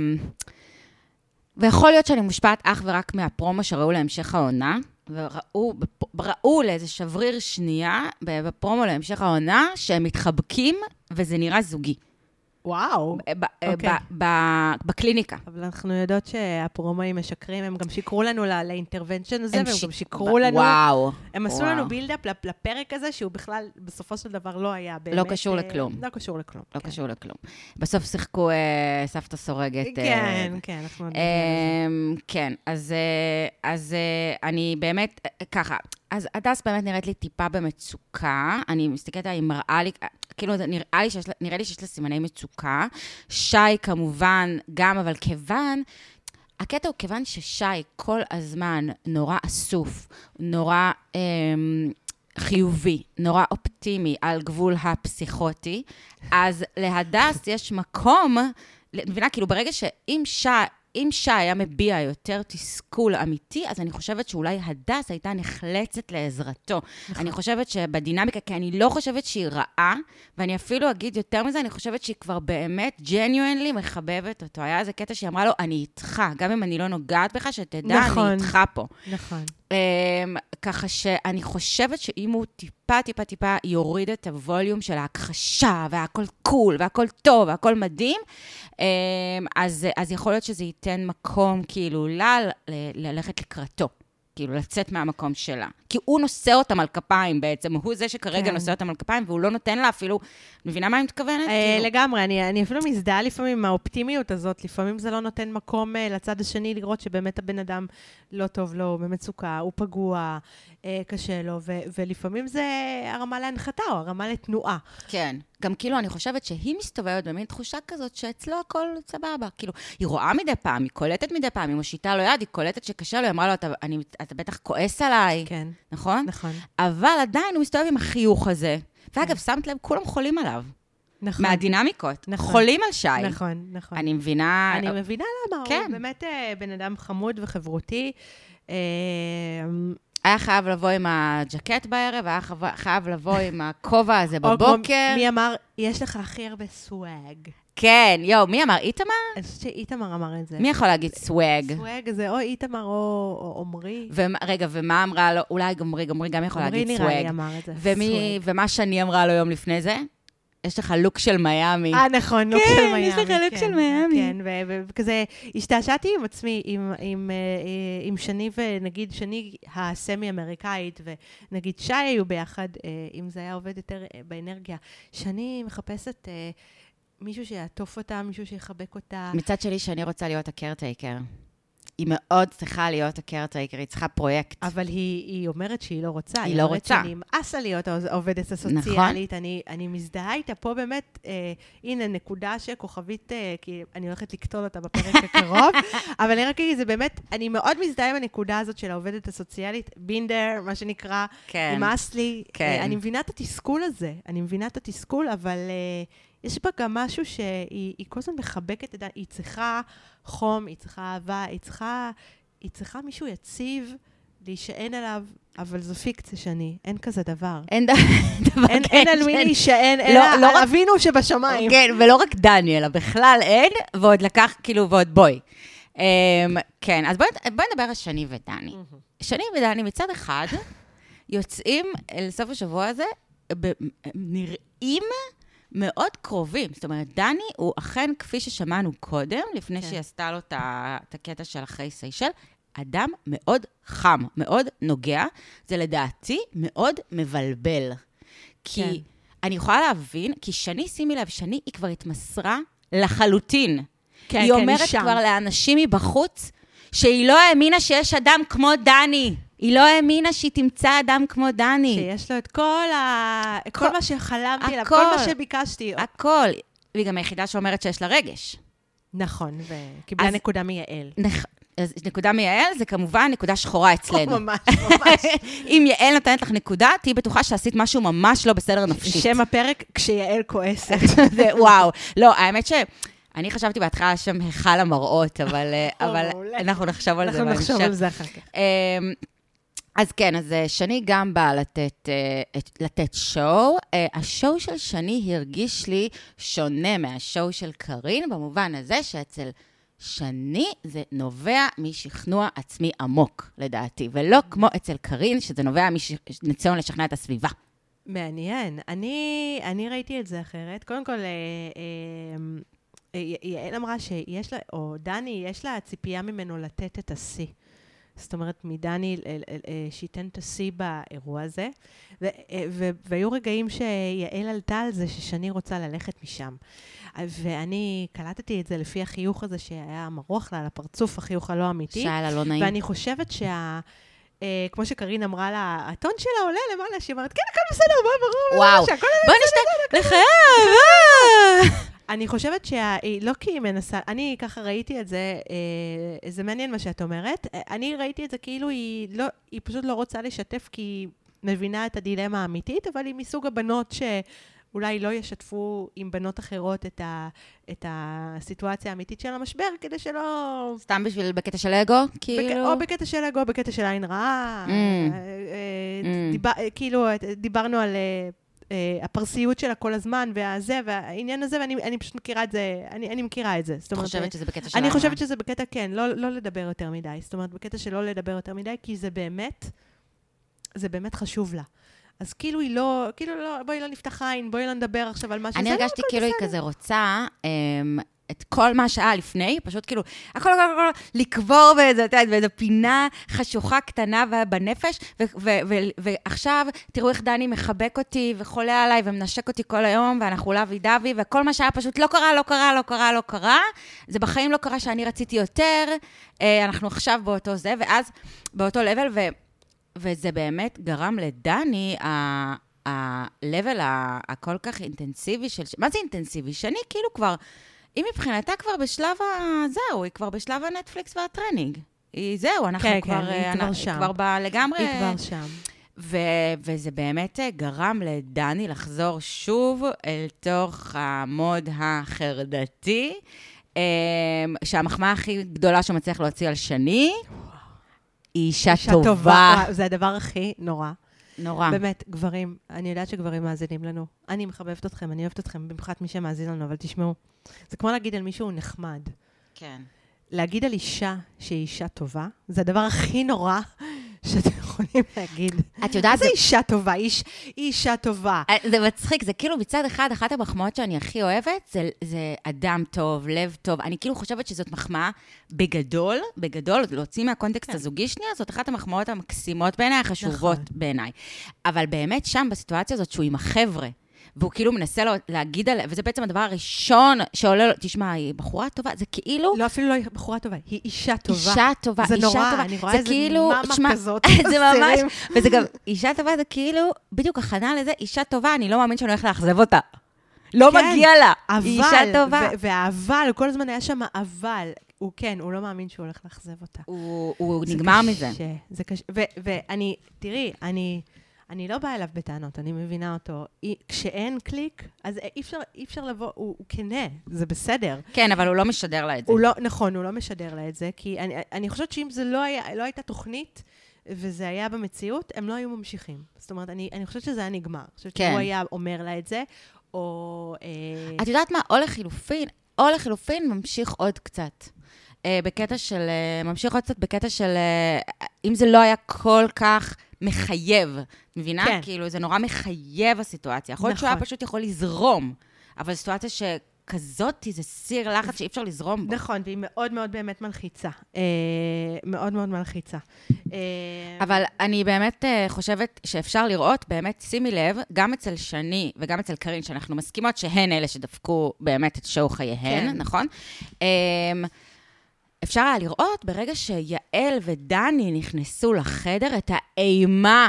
ויכול להיות שאני מושפעת אך ורק מהפרומו שראו להמשך העונה, וראו, ראו לאיזה שבריר שנייה, בפרומו להמשך העונה, שהם מתחבקים, וזה נראה זוגי. וואו. בקליניקה. אבל אנחנו יודעות שהפרומואים משקרים, הם גם שיקרו לנו לאינטרוונשן הזה, והם גם שיקרו לנו. וואו. הם עשו לנו בילדאפ לפרק הזה, שהוא בכלל בסופו של דבר לא היה באמת... לא קשור לכלום. לא קשור לכלום. לא קשור לכלום. בסוף שיחקו סבתא סורגת. כן, כן, אנחנו... כן, אז אני באמת, ככה, אז הדס באמת נראית לי טיפה במצוקה, אני מסתכלת, היא מראה לי, כאילו נראה לי שיש, נראה לי שיש לה סימני מצוקה, שי כמובן גם, אבל כיוון, הקטע הוא כיוון ששי כל הזמן נורא אסוף, נורא אה, חיובי, נורא אופטימי על גבול הפסיכוטי, אז להדס יש מקום, מבינה, כאילו ברגע שאם שי, אם שי היה מביע יותר תסכול אמיתי, אז אני חושבת שאולי הדס הייתה נחלצת לעזרתו. נכון. אני חושבת שבדינמיקה, כי אני לא חושבת שהיא רעה, ואני אפילו אגיד יותר מזה, אני חושבת שהיא כבר באמת genuinely מחבבת אותו. היה איזה קטע שהיא אמרה לו, אני איתך, גם אם אני לא נוגעת בך, שתדע, נכון. אני איתך פה. נכון. Um, ככה שאני חושבת שאם הוא טיפה, טיפה, טיפה יוריד את הווליום של ההכחשה, והכל קול, והכל טוב, והכל מדהים, um, אז, אז יכול להיות שזה ייתן מקום כאילו לה ל- ללכת לקראתו. כאילו לצאת מהמקום שלה. כי הוא נושא אותם על כפיים בעצם, הוא זה שכרגע כן. נושא אותם על כפיים, והוא לא נותן לה אפילו, מבינה מה אני מתכוונת? אה, כאילו... לגמרי, אני, אני אפילו מזדהה לפעמים עם האופטימיות הזאת, לפעמים זה לא נותן מקום אה, לצד השני לראות שבאמת הבן אדם לא טוב לו, הוא במצוקה, הוא פגוע, אה, קשה לו, ו, ולפעמים זה הרמה להנחתה או הרמה לתנועה. כן, גם כאילו אני חושבת שהיא מסתובבת במין תחושה כזאת שאצלו הכל סבבה. כאילו, היא רואה מדי פעם, היא קולטת מדי פעם, היא מושיטה לו יד, היא קולטת שקשה לו, היא אמרה לו, אתה, אני, אתה בטח כועס עליי, כן. נכון? נכון. אבל עדיין הוא מסתובב עם החיוך הזה. ואגב, שמת לב, כולם חולים עליו. נכון. מהדינמיקות. נכון. חולים על שי. נכון, נכון. אני מבינה... אני מבינה למה, כן. הוא באמת אה, בן אדם חמוד וחברותי. אה, היה חייב לבוא עם הג'קט בערב, היה חייב לבוא עם הכובע הזה או כמו בבוקר. מי אמר, יש לך הכי הרבה סוואג. כן, יו, מי אמר? איתמר? אני חושבת שאיתמר אמר את זה. מי יכול להגיד סוואג? סוואג זה או איתמר או או עומרי. רגע, ומה אמרה לו? אולי עומרי, עומרי גם יכול להגיד סוואג. עומרי נראה לי אמר את זה. ומי, ומה שאני אמרה לו יום לפני זה? יש לך לוק של מיאמי. אה, נכון, לוק של מיאמי. כן, יש לך לוק של מיאמי. כן, וכזה, השתעשעתי עם עצמי, עם, עם, עם שני, ונגיד שני הסמי-אמריקאית, ונגיד שי היו ביחד, אם זה היה עובד יותר באנרגיה. שני מחפשת מישהו שיעטוף אותה, מישהו שיחבק אותה. מצד שלי שאני רוצה להיות הקרטייקר. היא מאוד צריכה להיות הקרטייקר, היא צריכה פרויקט. אבל היא, היא אומרת שהיא לא רוצה. היא לא רוצה. היא אומרת שנמאס לה להיות העובדת הסוציאלית. נכון. אני, אני מזדהה איתה פה באמת, אה, הנה, נקודה שכוכבית, אה, כי אני הולכת לקטול אותה בפרק הקרוב, אבל אני רק אגיד, זה באמת, אני מאוד מזדהה עם הנקודה הזאת של העובדת הסוציאלית, בינדר, מה שנקרא, כן. נמאס לי. כן. אה, אני מבינה את התסכול הזה, אני מבינה את התסכול, אבל... אה, יש בה גם משהו שהיא כל הזמן מחבקת, היא צריכה חום, היא צריכה אהבה, היא צריכה, היא צריכה מישהו יציב, להישען עליו, אבל זו פיקציה שני, אין כזה דבר. אין דבר אין, כן, אין על מי להישען, אלא לא אבינו שבשמיים. כן, ולא רק דני, אלא בכלל אין, ועוד לקח, כאילו, ועוד בואי. כן, אז בואי נדבר על שני ודני. שני ודני מצד אחד יוצאים לסוף השבוע הזה, נראים מאוד קרובים. זאת אומרת, דני הוא אכן, כפי ששמענו קודם, לפני שהיא עשתה לו את הקטע של אחרי סיישל, אדם מאוד חם, מאוד נוגע. זה לדעתי מאוד מבלבל. כי אני יכולה להבין, כי שני, שימי לב, שני היא כבר התמסרה לחלוטין. כן, היא כן, אומרת היא כבר לאנשים מבחוץ, שהיא לא האמינה שיש אדם כמו דני. היא לא האמינה שהיא תמצא אדם כמו דני. שיש לו את כל, ה... כל... כל מה שחלמתי עליו, הכל, כל מה שביקשתי. הכל. והיא גם היחידה שאומרת שיש לה רגש. נכון, וקיבלה אז... נקודה מייעל. נכ... אז נקודה מייעל זה כמובן נקודה שחורה אצלנו. ממש, ממש. אם יעל נותנת לך נקודה, תהי בטוחה שעשית משהו ממש לא בסדר נפשית. שם הפרק, כשיעל כועסת. וואו. לא, האמת ש... אני חשבתי בהתחלה שם היכל המראות, אבל, אבל אנחנו נחשוב על זה בהמשך. אנחנו נחשוב על זה אחר כך. אז כן, אז שני גם באה לתת, לתת שואו. השואו של שני הרגיש לי שונה מהשואו של קרין, במובן הזה שאצל שני זה נובע משכנוע עצמי עמוק, לדעתי, ולא כמו אצל קרין, שזה נובע מניסיון לשכנע את הסביבה. מעניין. אני, אני ראיתי את זה אחרת. קודם כל, יעל אמרה שיש לה, או דני, יש לה ציפייה ממנו לתת את השיא. זאת אומרת, מדני שייתן את השיא באירוע הזה. והיו רגעים שיעל עלתה על זה ששני רוצה ללכת משם. ואני קלטתי את זה לפי החיוך הזה שהיה מרוח לה, על הפרצוף, החיוך הלא אמיתי. שאלה לא נעים. ואני חושבת שה... כמו שקרין אמרה לה, הטון שלה עולה למעלה, שהיא אמרת, כן, הכל בסדר, בוא, ברור. וואו, בוא נשתה, לחייב. אני חושבת שהיא, לא כי היא מנסה, אני ככה ראיתי את זה, אה, זה מעניין מה שאת אומרת, אני ראיתי את זה כאילו היא, לא, היא פשוט לא רוצה לשתף, כי היא מבינה את הדילמה האמיתית, אבל היא מסוג הבנות שאולי לא ישתפו עם בנות אחרות את, ה, את הסיטואציה האמיתית של המשבר, כדי שלא... סתם בשביל בקטע של אגו? כאילו... או בקטע של אגו, בקטע של עין רעה, mm. אה, דיבר, כאילו דיברנו על... הפרסיות שלה כל הזמן, והזה, והעניין הזה, ואני אני פשוט מכירה את זה, אני, אני מכירה את זה. את חושבת שזה בקטע שלה? אני חושבת שזה בקטע, כן, לא, לא לדבר יותר מדי. זאת אומרת, בקטע שלא לדבר יותר מדי, כי זה באמת, זה באמת חשוב לה. אז כאילו היא לא, כאילו לא, בואי לא נפתח עין, בואי לא נדבר עכשיו על משהו. אני הרגשתי כאילו היא כזה רוצה, את כל מה שהיה לפני, פשוט כאילו, הכל, הכל, הכל, לקבור באיזה, באיזה פינה חשוכה קטנה בנפש, ו- ו- ו- ועכשיו תראו איך דני מחבק אותי וחולה עליי ומנשק אותי כל היום, ואנחנו לוי דווי, וכל מה שהיה פשוט לא קרה, לא קרה, לא קרה, לא קרה. זה בחיים לא קרה שאני רציתי יותר, אנחנו עכשיו באותו זה, ואז באותו לבל, ו- וזה באמת גרם לדני, ה- ה-level הכל כך אינטנסיבי של... מה זה אינטנסיבי? שאני כאילו כבר... היא מבחינתה כבר בשלב ה... זהו, היא כבר בשלב הנטפליקס והטרנינג. היא זהו, אנחנו כן, כבר... כן, היא כבר שם. היא כבר ב... לגמרי... היא כבר שם. ו... וזה באמת גרם לדני לחזור שוב אל תוך המוד החרדתי, שהמחמאה הכי גדולה שהוא מצליח להוציא על שני, היא אישה טובה. טובה. זה הדבר הכי נורא. נורא. באמת, גברים, אני יודעת שגברים מאזינים לנו. אני מחבבת אתכם, אני אוהבת אתכם, במיוחד מי שמאזין לנו, אבל תשמעו. זה כמו להגיד על מישהו נחמד. כן. להגיד על אישה שהיא אישה טובה, זה הדבר הכי נורא שאתם יכולים להגיד. את יודעת... זה אישה טובה, איש, היא אישה טובה. זה מצחיק, זה כאילו מצד אחד, אחת המחמאות שאני הכי אוהבת, זה, זה אדם טוב, לב טוב. אני כאילו חושבת שזאת מחמאה בגדול, בגדול, להוציא מהקונטקסט כן. הזוגי שנייה, זאת אחת המחמאות המקסימות בעיניי, החשובות נכון. בעיניי. אבל באמת שם, בסיטואציה הזאת, שהוא עם החבר'ה, והוא כאילו מנסה לו להגיד עליה, וזה בעצם הדבר הראשון שעולה לו, תשמע, היא בחורה טובה, זה כאילו... לא, אפילו לא היא בחורה טובה, היא אישה טובה. אישה טובה, זה אישה נורא, טובה. אני רואה איזה כאילו, מאמה שמה, כזאת. זה ממש, וזה גם, אישה טובה זה כאילו, בדיוק הכנה לזה, אישה טובה, אני לא מאמין שאני הולך לאכזב אותה. לא כן, מגיע לה, אבל, היא אישה טובה. ו- והאבל, כל הזמן היה שם אבל, הוא כן, הוא לא מאמין שהוא הולך לאכזב אותה. הוא, הוא נגמר קשה, מזה. זה קשה, ו- ואני, תראי, אני... אני לא באה אליו בטענות, אני מבינה אותו. כשאין קליק, אז אי אפשר, אי אפשר לבוא, הוא, הוא כנה, זה בסדר. כן, אבל הוא לא משדר לה את זה. הוא לא, נכון, הוא לא משדר לה את זה, כי אני, אני חושבת שאם זה לא היה, לא הייתה תוכנית, וזה היה במציאות, הם לא היו ממשיכים. זאת אומרת, אני, אני חושבת שזה היה נגמר. אני חושבת כן. שהוא היה אומר לה את זה, או... אה... את יודעת מה? או לחילופין, או לחילופין ממשיך עוד קצת. אה, בקטע של, אה, ממשיך עוד קצת בקטע של, אה, אם זה לא היה כל כך... מחייב, מבינה? כן. כאילו, זה נורא מחייב הסיטואציה. יכול להיות שהוא היה פשוט יכול לזרום, אבל סיטואציה שכזאת, זה סיר לחץ שאי אפשר לזרום בו. נכון, והיא מאוד מאוד באמת מלחיצה. אה, מאוד מאוד מלחיצה. אה... אבל אני באמת אה, חושבת שאפשר לראות, באמת, שימי לב, גם אצל שני וגם אצל קרין, שאנחנו מסכימות שהן אלה שדפקו באמת את שואו חייהן, כן. נכון? אה, אפשר היה לראות ברגע שיעל ודני נכנסו לחדר את האימה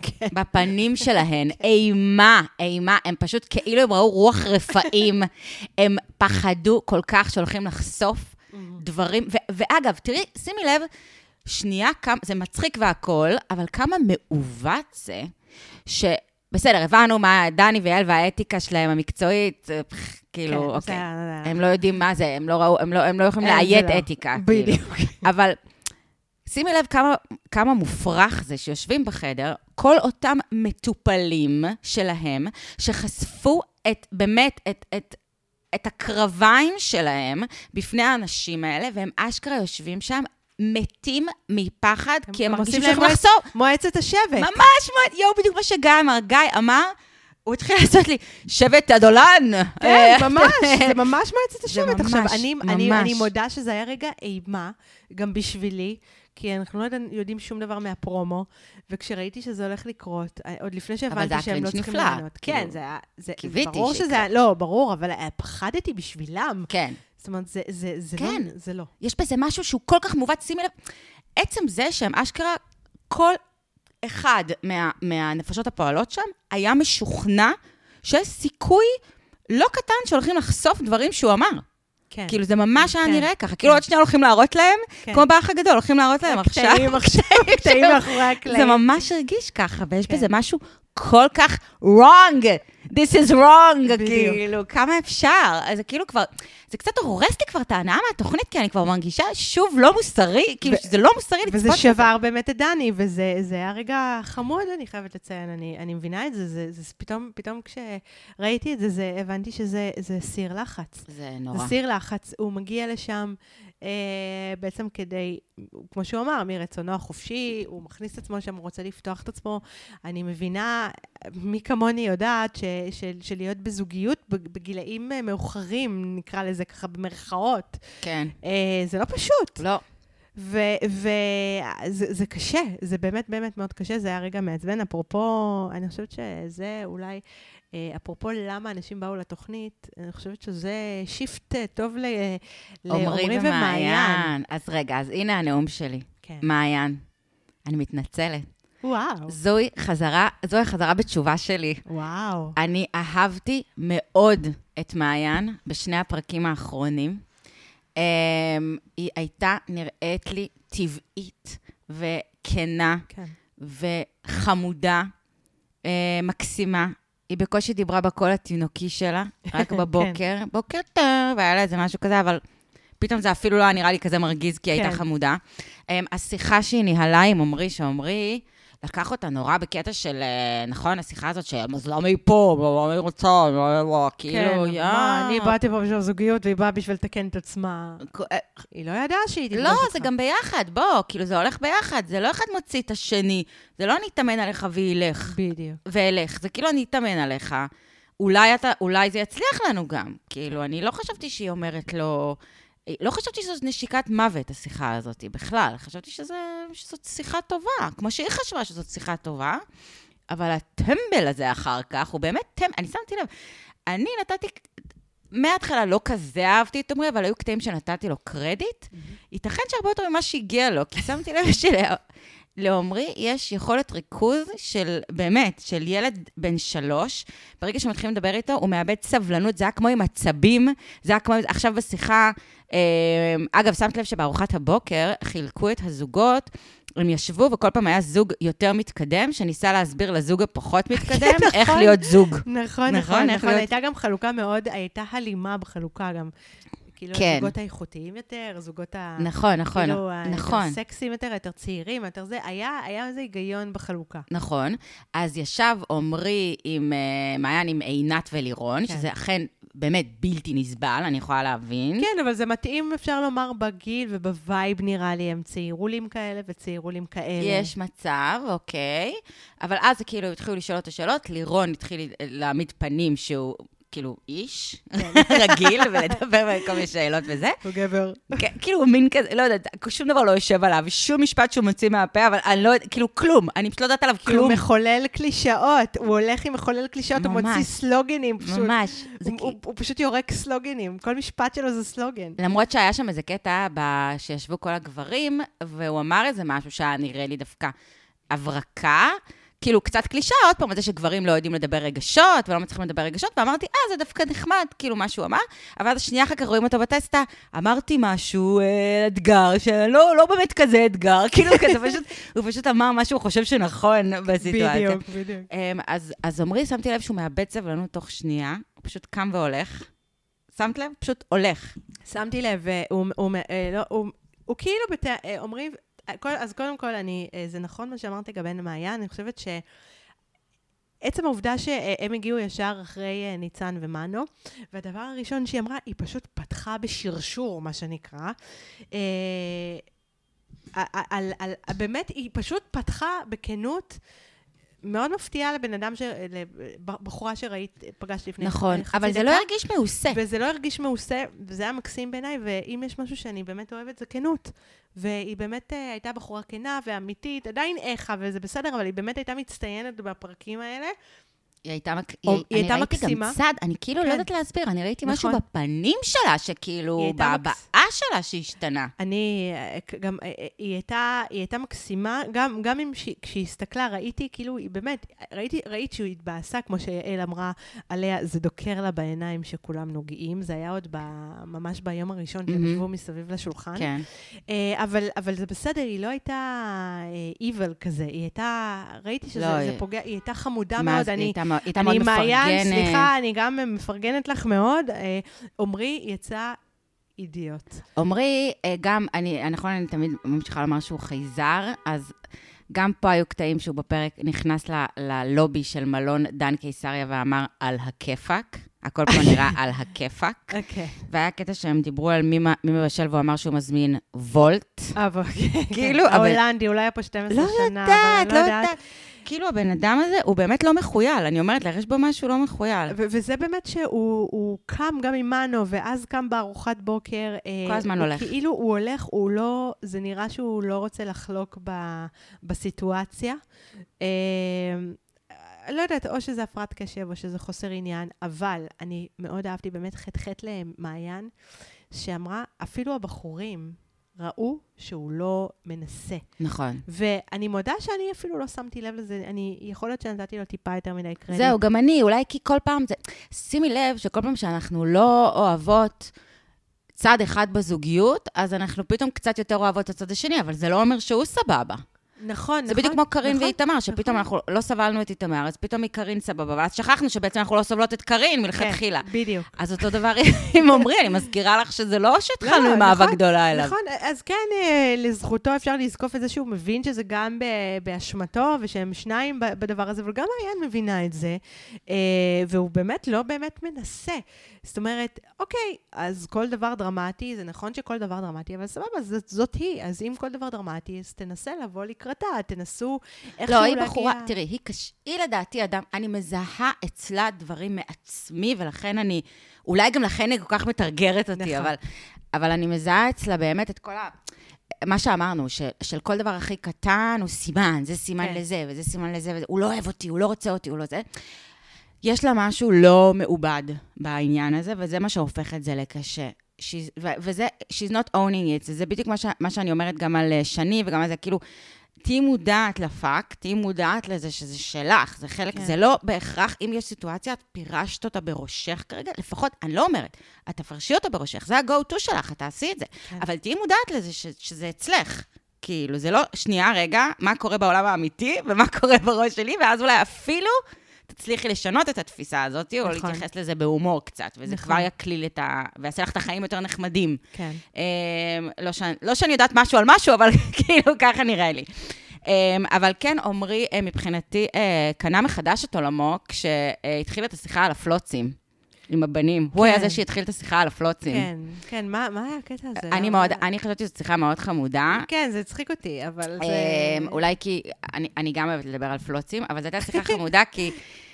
בפנים שלהן. אימה, אימה. הם פשוט כאילו הם ראו רוח רפאים. הם פחדו כל כך שהולכים לחשוף דברים. ואגב, תראי, שימי לב, שנייה, זה מצחיק והכל, אבל כמה מעוות זה, ש... בסדר, הבנו מה דני ויעל והאתיקה שלהם המקצועית, כאילו, אוקיי. הם לא יודעים מה זה, הם לא ראו, הם לא, הם לא יכולים לאיית אתיקה. בדיוק. אבל שימי לב כמה, כמה מופרך זה שיושבים בחדר, כל אותם מטופלים שלהם, שחשפו את, באמת, את, את, את הקרביים שלהם בפני האנשים האלה, והם אשכרה יושבים שם, מתים מפחד, כי הם מרגישים שהם לחשוף. מועצת השבט. ממש, יואו, בדיוק מה שגיא אמר. גיא אמר, הוא התחיל לעשות לי, שבט הדולן. כן, ממש, זה ממש מועצת השבט. עכשיו, אני מודה שזה היה רגע אימה, גם בשבילי, כי אנחנו לא יודעים שום דבר מהפרומו, וכשראיתי שזה הולך לקרות, עוד לפני שהבנתי שהם לא צריכים לענות. כן, זה היה, ברור שזה היה, לא, ברור, אבל פחדתי בשבילם. כן. זאת אומרת, זה, זה, זה כן. לא, זה לא. יש בזה משהו שהוא כל כך מובט, שימי לב, עצם זה שהם אשכרה, כל אחד מה, מהנפשות הפועלות שם, היה משוכנע שיש סיכוי לא קטן שהולכים לחשוף דברים שהוא אמר. כן. כאילו, זה ממש היה נראה ככה. כאילו, עוד שנייה הולכים להראות להם, כמו באח הגדול, הולכים להראות להם עכשיו. קטעים עכשיו, קטעים מאחורי הקלעים. זה ממש הרגיש ככה, ויש בזה משהו כל כך wrong. This is wrong, כאילו, כמה אפשר? אז זה כאילו כבר, זה קצת הורס לי כבר את ההנאה מהתוכנית, כי אני כבר מרגישה שוב לא מוסרי, כאילו שזה לא מוסרי לצפות. וזה שבר באמת את דני, וזה היה רגע חמוד, אני חייבת לציין, אני מבינה את זה, זה פתאום, פתאום כשראיתי את זה, הבנתי שזה סיר לחץ. זה נורא. זה סיר לחץ, הוא מגיע לשם, בעצם כדי, כמו שהוא אמר, מרצונו החופשי, הוא מכניס את עצמו שם, הוא רוצה לפתוח את עצמו, אני מבינה, מי כמוני יודעת ש, של, של להיות בזוגיות בגילאים מאוחרים, נקרא לזה ככה במרכאות. כן. זה לא פשוט. לא. וזה זה קשה, זה באמת באמת מאוד קשה, זה היה רגע מעצבן. אפרופו, אני חושבת שזה אולי, אפרופו למה אנשים באו לתוכנית, אני חושבת שזה שיפט טוב לעומרי ומעיין. אז רגע, אז הנה הנאום שלי. כן. מעיין, אני מתנצלת. וואו. זוהי חזרה, זוהי חזרה בתשובה שלי. וואו. אני אהבתי מאוד את מעיין בשני הפרקים האחרונים. Um, היא הייתה נראית לי טבעית וכנה כן. וחמודה, uh, מקסימה. היא בקושי דיברה בקול התינוקי שלה, רק בבוקר. כן. בוקר טוב, והיה לה איזה משהו כזה, אבל פתאום זה אפילו לא נראה לי כזה מרגיז, כי היא כן. הייתה חמודה. Um, השיחה שהיא ניהלה עם עומרי, שעומרי לקח אותה נורא בקטע של, נכון, השיחה הזאת של, אז למה היא פה, למה היא רוצה, כאילו, יא... אני באתי פה בשביל זוגיות, והיא באה בשביל לתקן את עצמה. היא לא ידעה שהיא תפגוש אותך. לא, זה גם ביחד, בוא, כאילו, זה הולך ביחד, זה לא אחד מוציא את השני, זה לא נתאמן עליך וילך. בדיוק. ואלך, זה כאילו נתאמן עליך. אולי זה יצליח לנו גם, כאילו, אני לא חשבתי שהיא אומרת לו... לא חשבתי שזאת נשיקת מוות, השיחה הזאת, בכלל. חשבתי שזה, שזאת שיחה טובה, כמו שהיא חשבה שזאת שיחה טובה, אבל הטמבל הזה אחר כך, הוא באמת טמבל, אני שמתי לב, אני נתתי, מההתחלה לא כזה אהבתי את עומרי, אבל היו קטעים שנתתי לו קרדיט, ייתכן שהרבה יותר ממה שהגיע לו, כי שמתי לב שלעומרי יש יכולת ריכוז של, באמת, של ילד בן שלוש, ברגע שמתחילים לדבר איתו, הוא מאבד סבלנות, זה היה כמו עם עצבים, זה היה כמו, עכשיו בשיחה, אגב, שמת לב שבארוחת הבוקר חילקו את הזוגות, הם ישבו וכל פעם היה זוג יותר מתקדם, שניסה להסביר לזוג הפחות מתקדם, איך להיות זוג. נכון, נכון, נכון. הייתה גם חלוקה מאוד, הייתה הלימה בחלוקה גם. כאילו, הזוגות האיכותיים יותר, הזוגות ה... נכון, נכון, נכון. יותר סקסיים יותר, יותר צעירים, יותר זה, היה איזה היגיון בחלוקה. נכון. אז ישב עומרי עם מעיין, עם עינת ולירון, שזה אכן באמת בלתי נסבל, אני יכולה להבין. כן, אבל זה מתאים, אפשר לומר, בגיל ובווייב נראה לי, הם צעירולים כאלה וצעירולים כאלה. יש מצב, אוקיי. אבל אז כאילו התחילו לשאול אותו שאלות, לירון התחיל להעמיד פנים שהוא... כאילו, איש, רגיל, ולדבר בכל מיני שאלות וזה. הוא גבר. כאילו, מין כזה, לא יודעת, שום דבר לא יושב עליו, שום משפט שהוא מוציא מהפה, אבל אני לא יודעת, כאילו, כלום, אני פשוט לא יודעת עליו כלום. הוא מחולל קלישאות, הוא הולך עם מחולל קלישאות, הוא מוציא סלוגנים פשוט. ממש. הוא פשוט יורק סלוגנים, כל משפט שלו זה סלוגן. למרות שהיה שם איזה קטע, שישבו כל הגברים, והוא אמר איזה משהו שהיה נראה לי דווקא הברקה, כאילו, קצת קלישה, עוד פעם, זה שגברים לא יודעים לדבר רגשות, ולא מצליחים לדבר רגשות, ואמרתי, אה, זה דווקא נחמד, כאילו, מה שהוא אמר, אבל אז השנייה אחר כך רואים אותו בטסטה, אמרתי משהו, אתגר, שלא לא באמת כזה אתגר, כאילו, כזה פשוט, הוא פשוט אמר מה שהוא חושב שנכון בסיטואציה. בדיוק, בדיוק. אז, אז עומרי, שמתי לב שהוא מאבד סבלנות תוך שנייה, הוא פשוט קם והולך, שמת לב? פשוט הולך. שמתי לב, הוא, הוא, לא, הוא, הוא כאילו, בת... עומרי, אז קודם כל, אני, זה נכון מה שאמרתי לגבי מעיין, אני חושבת שעצם העובדה שהם הגיעו ישר אחרי ניצן ומנו, והדבר הראשון שהיא אמרה, היא פשוט פתחה בשרשור, מה שנקרא, על, על, באמת, היא פשוט פתחה בכנות, מאוד מפתיעה לבן אדם, לבחורה שראית, פגשתי לפני. נכון, אבל זה לא הרגיש מעושה. וזה לא הרגיש מעושה, וזה היה מקסים בעיניי, ואם יש משהו שאני באמת אוהבת, זה כנות. והיא באמת הייתה בחורה כנה ואמיתית, עדיין איכה, וזה בסדר, אבל היא באמת הייתה מצטיינת בפרקים האלה. היא הייתה מקסימה. אני ראיתי גם צד, אני כאילו לא יודעת להסביר, אני ראיתי משהו בפנים שלה, שכאילו, בהבאה שלה שהשתנה. אני, גם, היא הייתה מקסימה, גם כשהיא הסתכלה, ראיתי, כאילו, היא באמת, ראיתי שהוא התבאסה, כמו שיעל אמרה עליה, זה דוקר לה בעיניים שכולם נוגעים, זה היה עוד ממש ביום הראשון, שהם ישבו מסביב לשולחן. כן. אבל זה בסדר, היא לא הייתה evil כזה, היא הייתה, ראיתי שזה פוגע, היא הייתה חמודה מאוד, אני הייתה מאוד מפרגנת. מעיין, סליחה, אני גם מפרגנת לך מאוד. עומרי יצא אידיוט. עומרי, גם, אני, נכון, אני תמיד ממשיכה לומר שהוא חייזר, אז גם פה היו קטעים שהוא בפרק נכנס ל, ללובי של מלון דן קיסריה ואמר על הכיפק. הכל פה נראה על הכיפק. אוקיי. והיה קטע שהם דיברו על מי מבשל, והוא אמר שהוא מזמין וולט. אה, כאילו, ההולנדי, אולי היה פה שתים עשרה שנה, אבל אני לא יודעת. כאילו הבן אדם הזה, הוא באמת לא מחויל. אני אומרת לך, יש בו משהו לא מחויל. ו- וזה באמת שהוא קם גם עם מנו, ואז קם בארוחת בוקר. כל הזמן הולך. כאילו הוא הולך, הוא לא, זה נראה שהוא לא רוצה לחלוק ב- בסיטואציה. לא יודעת, או שזה הפרעת קשב, או שזה חוסר עניין, אבל אני מאוד אהבתי באמת חתכת למעיין, שאמרה, אפילו הבחורים ראו שהוא לא מנסה. נכון. ואני מודה שאני אפילו לא שמתי לב לזה, אני, יכול להיות שנתתי לו טיפה יותר מדי קרדיט. זהו, גם אני, אולי כי כל פעם זה, שימי לב שכל פעם שאנחנו לא אוהבות צד אחד בזוגיות, אז אנחנו פתאום קצת יותר אוהבות את הצד השני, אבל זה לא אומר שהוא סבבה. נכון, נכון. זה בדיוק כמו קרין ואיתמר, שפתאום אנחנו לא סבלנו את איתמר, אז פתאום היא קרין סבבה, ואז שכחנו שבעצם אנחנו לא סובלות את קרין מלכתחילה. כן, בדיוק. אז אותו דבר עם עומרי, אני מזכירה לך שזה לא שהתחלנו עם אהבה גדולה אליו. נכון, אז כן, לזכותו אפשר לזקוף את זה שהוא מבין שזה גם באשמתו, ושהם שניים בדבר הזה, אבל גם מעיין מבינה את זה, והוא באמת לא באמת מנסה. זאת אומרת, אוקיי, אז כל דבר דרמטי, זה נכון שכל דבר דרמטי, אבל סבבה, זאת, זאת היא. אז אם כל דבר דרמטי, אז תנסה לבוא לקראתה, תנסו איכשהו לא, להגיע... היא בחורה, תראי, היא, קש... היא לדעתי אדם, אני מזהה אצלה דברים מעצמי, ולכן אני, אולי גם לכן היא כל כך מתרגרת אותי, נכון. אבל, אבל אני מזהה אצלה באמת את כל ה... מה שאמרנו, של, של כל דבר הכי קטן, הוא סימן, זה סימן כן. לזה, וזה סימן לזה, וזה, הוא לא אוהב אותי, הוא לא רוצה אותי, הוא לא זה. יש לה משהו לא מעובד בעניין הזה, וזה מה שהופך את זה לקשה. She's, וזה, she's not owning it, זה בדיוק מה, ש, מה שאני אומרת גם על שני, וגם על זה, כאילו, תהי מודעת לפאק, תהי מודעת לזה שזה שלך, זה חלק, כן. זה לא בהכרח, אם יש סיטואציה, את פירשת אותה בראשך כרגע, לפחות, אני לא אומרת, את תפרשי אותה בראשך, זה ה-go-to שלך, את תעשי את זה, כן. אבל תהי מודעת לזה ש, שזה אצלך. כאילו, זה לא, שנייה, רגע, מה קורה בעולם האמיתי, ומה קורה בראש שלי, ואז אולי אפילו תצליחי לשנות את התפיסה הזאת, או נכון. להתייחס לזה בהומור קצת, וזה נכון. כבר יקליל את ה... ויעשה לך את החיים יותר נחמדים. כן. לא, ש... לא שאני יודעת משהו על משהו, אבל כאילו ככה נראה לי. אבל כן, עומרי, מבחינתי, קנה מחדש את עולמו, כשהתחיל את השיחה על הפלוצים. עם הבנים. הוא היה זה שהתחיל את השיחה על הפלוצים. כן, כן, מה, מה היה הקטע הזה? אני מאוד, אני חשבתי שזו שיחה מאוד חמודה. כן, זה הצחיק אותי, אבל זה... אולי כי, אני, אני גם אוהבת לדבר על פלוצים, אבל זו הייתה שיחה חמודה, כי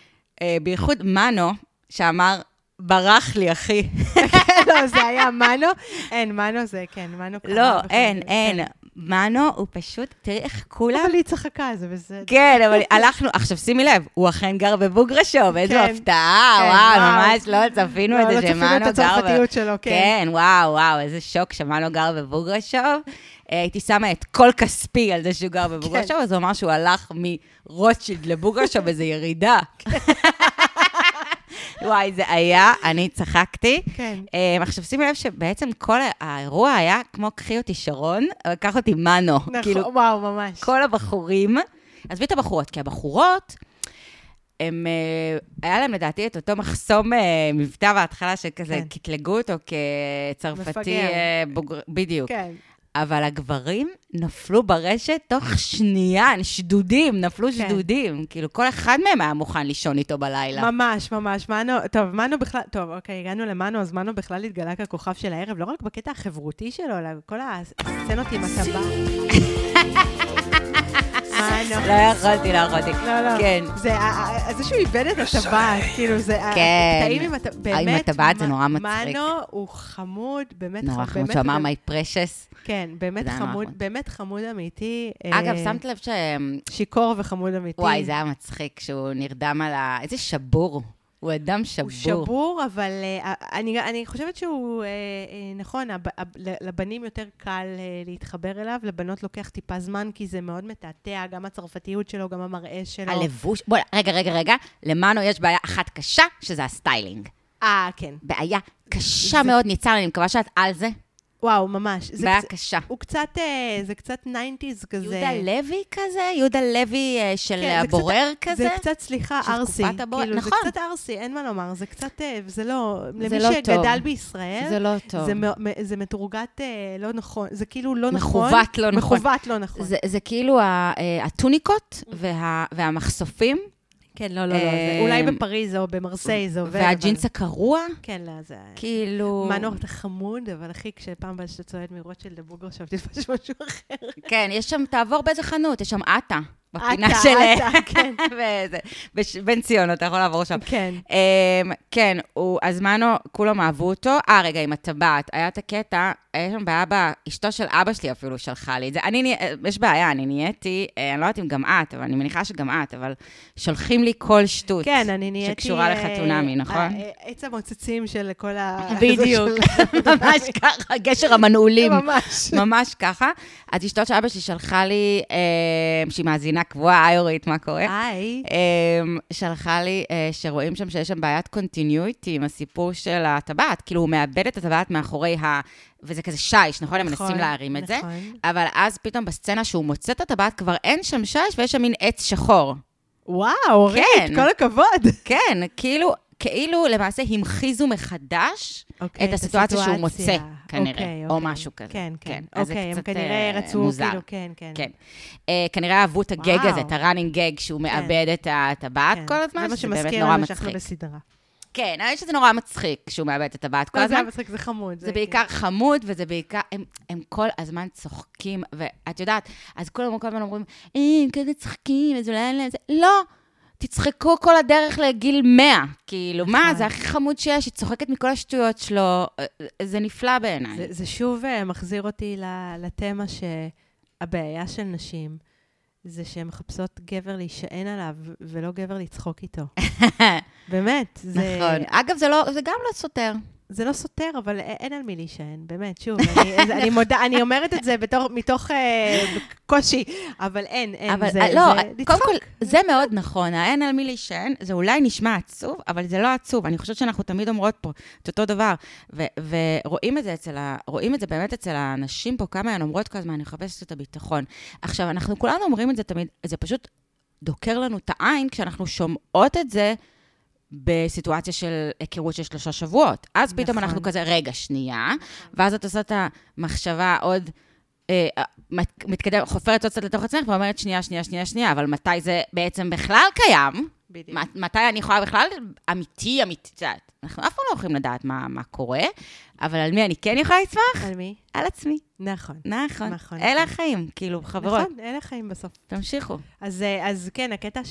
בייחוד מנו, שאמר, ברח לי, אחי. לא, זה היה מנו. אין, מנו זה, כן, מנו קרה. לא, אין, אין. מנו הוא פשוט, תראי איך כולם... אבל היא צחקה, זה בסדר. כן, אבל הלכנו, עכשיו שימי לב, הוא אכן גר בבוגרשוב, איזו הפתעה, וואו, ממש לא צפינו את זה שמנו גר... לא צפינו את הצרפתיות שלו, כן. כן, וואו, וואו, איזה שוק שמנו גר בבוגרשוב. הייתי שמה את כל כספי על זה שהוא גר בבוגרשוב, אז הוא אמר שהוא הלך מרוטשילד לבוגרשוב, איזו ירידה. וואי, זה היה, אני צחקתי. כן. עכשיו, שימי לב שבעצם כל האירוע היה כמו קחי אותי שרון, אבל קח אותי מנו. נכון, וואו, ממש. כל הבחורים, עזבי את הבחורות, כי הבחורות, הם, היה להם לדעתי את אותו מחסום מבטא בהתחלה, שכזה קטלגו אותו כצרפתי בוגר, בדיוק. כן. אבל הגברים נפלו ברשת תוך שנייה, שדודים, נפלו כן. שדודים. כאילו, כל אחד מהם היה מוכן לישון איתו בלילה. ממש, ממש. מנו, טוב, מנו בכלל, טוב, אוקיי, הגענו למנו, אז מנו בכלל התגלה ככוכב של הערב, לא רק בקטע החברותי שלו, אלא כל הסצנות עם הטבע. לא יכולתי, לא יכולתי. לא, לא. כן. זה שהוא איבד את הטבעת, כאילו, זה... כן. טעים עם הטבעת, באמת. עם הטבעת זה נורא מצחיק. מנו הוא חמוד, באמת חמוד. נורא חמוד, שהוא אמר my precious. כן, באמת חמוד, באמת חמוד אמיתי. אגב, שמת לב ש... שיקור וחמוד אמיתי. וואי, זה היה מצחיק, שהוא נרדם על ה... איזה שבור. הוא אדם שבור. הוא שבור, אבל אני, אני חושבת שהוא, נכון, לבנים יותר קל להתחבר אליו, לבנות לוקח טיפה זמן, כי זה מאוד מתעתע, גם הצרפתיות שלו, גם המראה שלו. הלבוש, בוא, רגע, רגע, רגע, למנו יש בעיה אחת קשה, שזה הסטיילינג. אה, כן. בעיה קשה מאוד, ניצן, אני מקווה שאת על זה. וואו, ממש. בעיה קשה. הוא קצת, זה קצת ניינטיז כזה. יהודה לוי כזה? יהודה לוי של הבורר כזה? זה קצת, סליחה, ארסי. כאילו, זה קצת ארסי, אין מה לומר. זה קצת, זה לא, למי שגדל בישראל, זה לא טוב. זה מתורגת לא נכון. זה כאילו לא נכון. מכוות לא נכון. מכוות לא נכון. זה כאילו הטוניקות והמחשופים. כן, לא, לא, לא. אולי בפריז או במרסיי זה עובד. והג'ינס הקרוע? כן, לא, זה... כאילו... מנו, אתה חמוד, אבל אחי, כשפעם בא שאתה צועד מרוטשילד לבוגרשוב, תתפש משהו אחר. כן, יש שם, תעבור באיזה חנות, יש שם עטה. בפינה אתה, של... אתה, כן. וזה, בש- בן ציון, אתה יכול לעבור שם. כן. אמ, כן, הוא, אז מנו, כולם אהבו אותו. אה, רגע, עם הטבעת, היה את הקטע, היה שם בעיה, בה- אשתו של אבא שלי אפילו שלחה לי את זה. אני, נה- יש בעיה, אני נהייתי, אה, אני לא יודעת אם גם את, אבל אני מניחה שגם את, אבל שולחים לי כל שטות. כן, אני נהייתי... שקשורה אה, לחתונמי, נכון? אה, אה, עץ המוצצים של כל ה... בדיוק, ממש ככה, גשר המנעולים. ממש. ממש ככה. אז אשתו של אבא שלי שלחה לי, אה, שהיא מאזינה קבועה, היי אורית, מה קורה? היי. Um, שלחה לי uh, שרואים שם שיש שם בעיית קונטיניויטי עם הסיפור של הטבעת, כאילו הוא מאבד את הטבעת מאחורי ה... וזה כזה שיש, נכון? הם מנסים להרים את זה. אבל אז פתאום בסצנה שהוא מוצא את הטבעת, כבר אין שם שיש ויש שם מין עץ שחור. וואו, אורית, כל הכבוד. כן, כאילו... כאילו למעשה המחיזו מחדש אוקיי, את הסיטואציה שהוא הסיטואציה. מוצא, כנראה, אוקיי, או אוקיי. משהו כזה. כן, כן. אז זה אוקיי, הם קצת, כנראה אה, רצו, מוזר. כאילו, כן, כן. כן. אה, כנראה אהבו את הגג וואו. הזה, את ה-running gag, שהוא מאבד את הטבעת כן. כל הזמן, זה שזה מה באמת שמזכיר נורא לנו שאנחנו מצחיק. בסדרה. כן, האמת שזה נורא מצחיק כשהוא מאבד את הטבעת כל לא, זה הזמן. מצחיק, זה חמוד. זה בעיקר חמוד, וזה בעיקר, הם, הם כל הזמן צוחקים, ואת יודעת, אז כולם כל הזמן אומרים, אה, הם כזה צוחקים, אז אולי אין לזה, לא, תצחקו כל הדרך לגיל מאה, כאילו, מה, זה הכי חמוד שיש, היא צוחקת מכל השטויות שלו, זה נפלא בעיניי. זה, זה שוב uh, מחזיר אותי לתמה שהבעיה של נשים, זה שהן מחפשות גבר להישען עליו, ולא גבר לצחוק איתו. באמת. זה... נכון. אגב, זה, לא, זה גם לא סותר. זה לא סותר, אבל אין על מי להישען, באמת, שוב, אני, אני, מודע, אני אומרת את זה בתור, מתוך אה, קושי, אבל אין, אין, אבל, זה, לא, זה קודם לצחוק. כל, זה מאוד נכון, אין על מי להישען, זה אולי נשמע עצוב, אבל זה לא עצוב, אני חושבת שאנחנו תמיד אומרות פה את אותו דבר, ו- ורואים את זה אצל ה... רואים את זה באמת אצל האנשים פה, כמה הן אומרות כל הזמן, אני מחפשת את הביטחון. עכשיו, אנחנו כולנו אומרים את זה תמיד, זה פשוט דוקר לנו את העין, כשאנחנו שומעות את זה, בסיטואציה של היכרות של שלושה שבועות. אז פתאום נכון. אנחנו כזה, רגע, שנייה, ואז את עושה את המחשבה עוד, אה, מתקדם, חופרת עוד קצת לתוך עצמך, ואומרת, שנייה, שנייה, שנייה, שנייה, אבל מתי זה בעצם בכלל קיים? בדיוק. מתי אני יכולה בכלל אמיתי, אמיתי, אנחנו אף פעם לא יכולים לדעת מה, מה קורה, אבל על מי אני כן יכולה לצמח? על מי? על עצמי. נכון. נכון. נכון. אלה החיים, כאילו, חברות. נכון, אלה החיים בסוף. תמשיכו. אז, אז כן, הקטע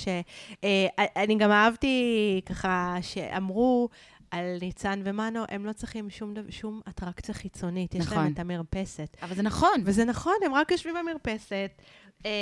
שאני גם אהבתי ככה שאמרו על ניצן ומנו, הם לא צריכים שום, שום אטרקציה חיצונית. יש נכון. להם את המרפסת. אבל זה נכון. וזה נכון, הם רק יושבים במרפסת. אה, אה,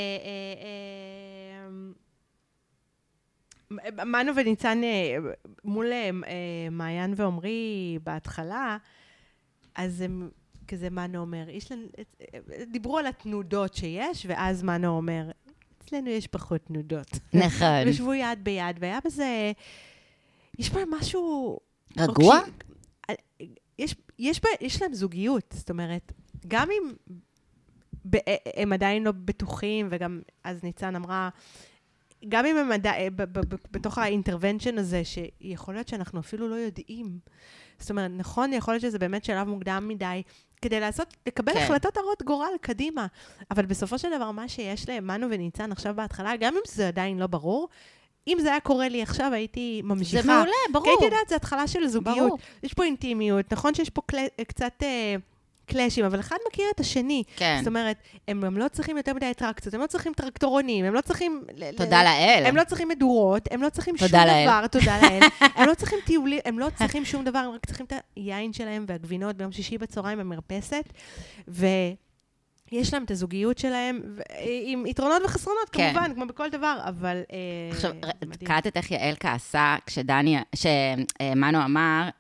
אה, מנו וניצן מול מעיין ועומרי בהתחלה, אז הם כזה מנו אומר, יש לנו, דיברו על התנודות שיש, ואז מנו אומר, אצלנו יש פחות תנודות. נכון. וישבו יד ביד, והיה בזה, יש בה משהו... רגוע? יש, יש, בה, יש להם זוגיות, זאת אומרת, גם אם הם עדיין לא בטוחים, וגם אז ניצן אמרה, גם אם הם עדיין, בתוך האינטרוונשן הזה, שיכול להיות שאנחנו אפילו לא יודעים. זאת אומרת, נכון, יכול להיות שזה באמת שלב מוקדם מדי, כדי לעשות, לקבל כן. החלטות הרות גורל קדימה. אבל בסופו של דבר, מה שיש למנו וניצן עכשיו בהתחלה, גם אם זה עדיין לא ברור, אם זה היה קורה לי עכשיו, הייתי ממשיכה. זה מעולה, ברור. כי הייתי יודעת, זה התחלה של זוגיות. ברור. יש פה אינטימיות, נכון שיש פה קל... קצת... אה, קלאשים, אבל אחד מכיר את השני. כן. זאת אומרת, הם, הם לא צריכים יותר מדי טרקציות, הם לא צריכים טרקטורונים, הם לא צריכים... תודה לאל. הם לא צריכים מדורות, הם לא צריכים שום לאל. דבר, תודה לאל. הם לא צריכים טיולים, הם לא צריכים שום דבר, הם רק צריכים את היין שלהם והגבינות ביום שישי בצהריים במרפסת, ויש להם את הזוגיות שלהם, עם יתרונות וחסרונות, כן. כמובן, כמו בכל דבר, אבל... עכשיו, קלטת איך יעל כעסה כשדני, שמנו אמר,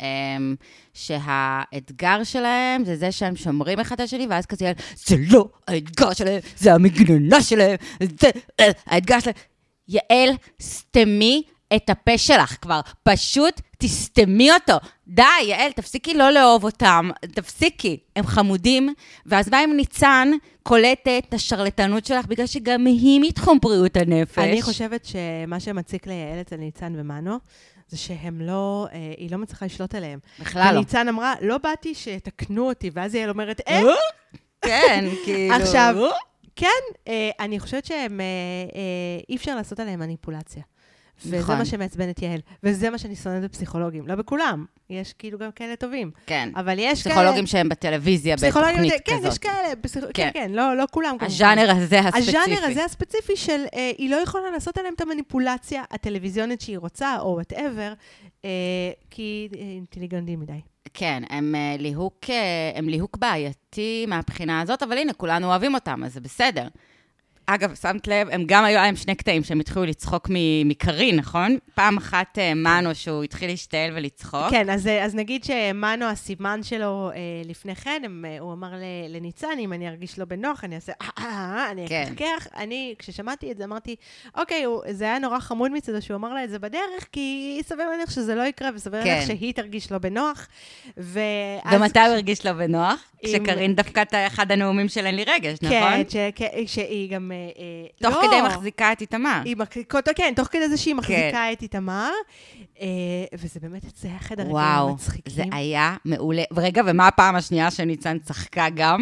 שהאתגר שלהם זה זה שהם שומרים אחד השני, ואז כזה יעל, זה לא האתגר שלהם, זה המגננה שלהם, זה האתגר שלהם. יעל, סתמי את הפה שלך כבר, פשוט תסתמי אותו. די, יעל, תפסיקי לא לאהוב אותם, תפסיקי, הם חמודים, ואז בא עם ניצן, קולטת את השרלטנות שלך, בגלל שגם היא מתחום בריאות הנפש. אני חושבת שמה שמציק ליעל אצל ניצן ומנו, זה שהם לא, אה, היא לא מצליחה לשלוט עליהם. בכלל לא. וניצן אמרה, לא באתי שתקנו אותי, ואז יעל אומרת, אה? כן, כאילו. עכשיו, כן, אה, אני חושבת שהם, אה, אה, אי אפשר לעשות עליהם מניפולציה. וזה נכון. מה שמעצבן את יעל, וזה מה שאני שונאת בפסיכולוגים. לא בכולם, יש כאילו גם כאלה טובים. כן. אבל יש כאלה... פסיכולוגים שהם בטלוויזיה, בתוכנית כן, כזאת. יש כאלה, פסיכ... כן, כן, כן, לא, לא כולם. הז'אנר הזה הספציפי. הז'אנר הזה הספציפי של, אה, היא לא יכולה לעשות עליהם את המניפולציה הטלוויזיונית שהיא רוצה, או whatever, אה, כי אינטליגנטים מדי. כן, הם ליהוק, הם ליהוק בעייתי מהבחינה הזאת, אבל הנה, כולנו אוהבים אותם, אז זה בסדר. אגב, שמת לב, הם גם היו להם שני קטעים שהם התחילו לצחוק מקרין, נכון? פעם אחת מנו שהוא התחיל להשתעל ולצחוק. כן, אז, אז נגיד שמנו, הסימן שלו לפני כן, הם, הוא אמר לניצן, אם אני ארגיש לא בנוח, אני אעשה, אני אקח. אני, כששמעתי את זה, אמרתי, אוקיי, זה היה נורא חמוד מצדו, שהוא אמר לה את זה בדרך, כי סביר להניח שזה לא יקרה, וסביר להניח שהיא תרגיש לא בנוח. ומתי הוא הרגיש לא בנוח? כשקרין דווקא את אחד הנאומים של אין לי רגש, נכון? כן, שהיא גם... תוך כדי מחזיקה את איתמר. כן, תוך כדי זה שהיא מחזיקה את איתמר, וזה באמת, זה היה חדר רגעים מצחיקים. זה היה מעולה. ורגע, ומה הפעם השנייה שניצן צחקה גם?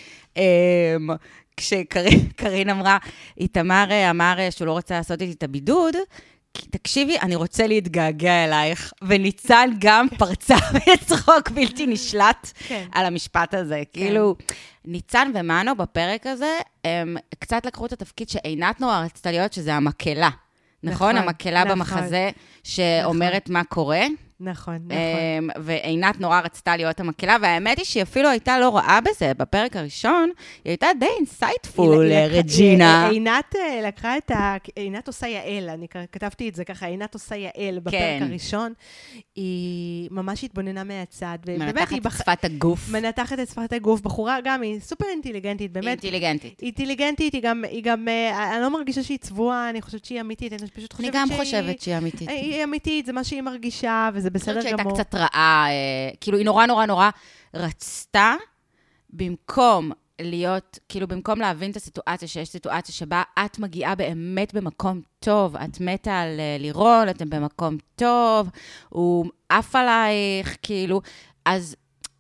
כשקרין אמרה, איתמר אמר שהוא לא רוצה לעשות איתי את הבידוד, תקשיבי, אני רוצה להתגעגע אלייך, וניצן גם פרצה בצחוק בלתי נשלט על המשפט הזה. כאילו, ניצן ומנו בפרק הזה, הם קצת לקחו את התפקיד שעינת נורא רצתה להיות, שזה המקלה. נכון? המקלה במחזה שאומרת מה קורה. נכון, נכון. ועינת נורא רצתה להיות המקלה, והאמת היא שהיא אפילו הייתה לא רעה בזה. בפרק הראשון, היא הייתה די אינסייטפול, רג'ינה. עינת לקחה את ה... עינת עושה יעל, אני כתבתי את זה ככה, עינת עושה יעל בפרק הראשון. היא ממש התבוננה מהצד. מנתחת את שפת הגוף. מנתחת את שפת הגוף. בחורה גם, היא סופר אינטליגנטית, באמת. אינטליגנטית. אינטליגנטית, היא גם, היא גם, אני לא מרגישה שהיא צבועה, אני חושבת שהיא אמיתית, אני פשוט חושבת שהיא... אני גם חושבת שהיא אמיתית. היא אמיתית, זה מה שהיא מרגישה, וזה בסדר גמור. שהייתה קצת רעה, כאילו היא נורא נורא נורא רצתה, במקום להיות, כאילו במקום להבין את הסיטואציה, שיש סיטואציה שבה את מגיעה באמת במקום טוב, את מתה על לירון, אתם במקום טוב, הוא עף עלייך, כאילו, אז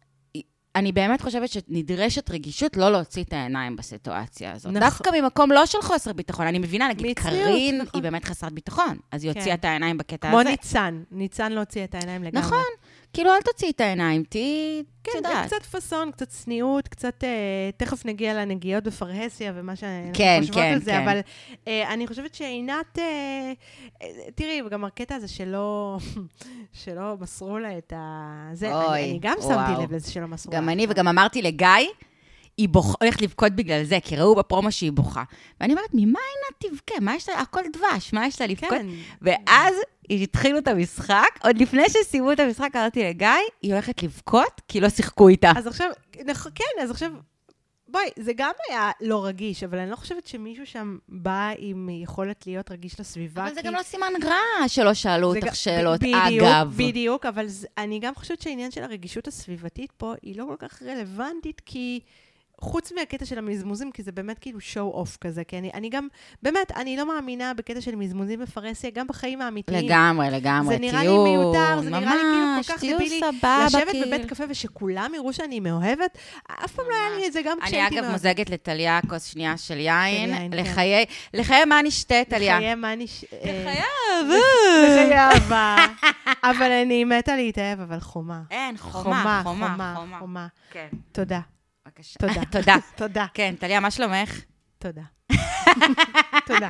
אני באמת חושבת שנדרשת רגישות לא להוציא את העיניים בסיטואציה הזאת. נכון. דווקא ממקום לא של חוסר ביטחון, אני מבינה, נגיד קרין נכון. היא באמת חסרת ביטחון, אז היא הוציאה כן. את העיניים בקטע כמו הזה. כמו ניצן, ניצן לא הוציא את העיניים לגמרי. נכון, כאילו אל תוציא את העיניים, תהי, כן, תדעת. קצת פסון, קצת צניעות, קצת, אה, תכף נגיע לנגיעות בפרהסיה ומה שאנחנו כן, חושבות כן, על זה, כן. אבל אה, אני חושבת שעינת, אה, אה, תראי, גם הקטע הזה שלא, שלא מסרו לה את ה... זה, אוי, אני, אני גם וואו. שמתי לב לזה שלא מסרו לה. גם אני, וגם אמרתי לגיא, היא בוח... הולכת לבכות בגלל זה, כי ראו בפרומו שהיא בוכה. ואני אומרת, ממה עינת תבכה? מה יש לה? הכל דבש, מה יש לה לבכות? כן. ואז התחילו את המשחק, עוד לפני שסיימו את המשחק, קראתי לגיא, היא הולכת לבכות, כי לא שיחקו איתה. אז עכשיו, כן, אז עכשיו, בואי, זה גם היה לא רגיש, אבל אני לא חושבת שמישהו שם בא עם יכולת להיות רגיש לסביבה. אבל זה כי... גם לא סימן רע שלא שאלו אותך ג... שאלות, בדיוק, אגב. בדיוק, אבל זה, אני גם חושבת שהעניין של הרגישות הסביבתית פה, היא לא כל כך רלוונטית, כי... חוץ מהקטע של המזמוזים, כי זה באמת כאילו show off כזה, כי אני, אני גם, באמת, אני לא מאמינה בקטע של מזמוזים בפרהסיה, גם בחיים האמיתיים. לגמרי, לגמרי, זה נראה לי מיותר, זה נראה לי כאילו כל כך תהיו דבילי, סבבה, לשבת כאילו. בבית קפה ושכולם יראו שאני מאוהבת, אף פעם לא היה לי את זה גם כשהייתי אני אגב מאוהבת. מוזגת לטליה כוס שנייה של יין, יין, לחיי, לחיי מה נשתה טליה? לחיי מה נשתה? לחיי אהבה. לחיי אהבה. אבל אני מתה להתאהב, אבל חומה. אין, חומה, חומה, חומה, חומה. כן. תודה. בבקשה. תודה. תודה. תודה. כן, טליה, מה שלומך? תודה. תודה.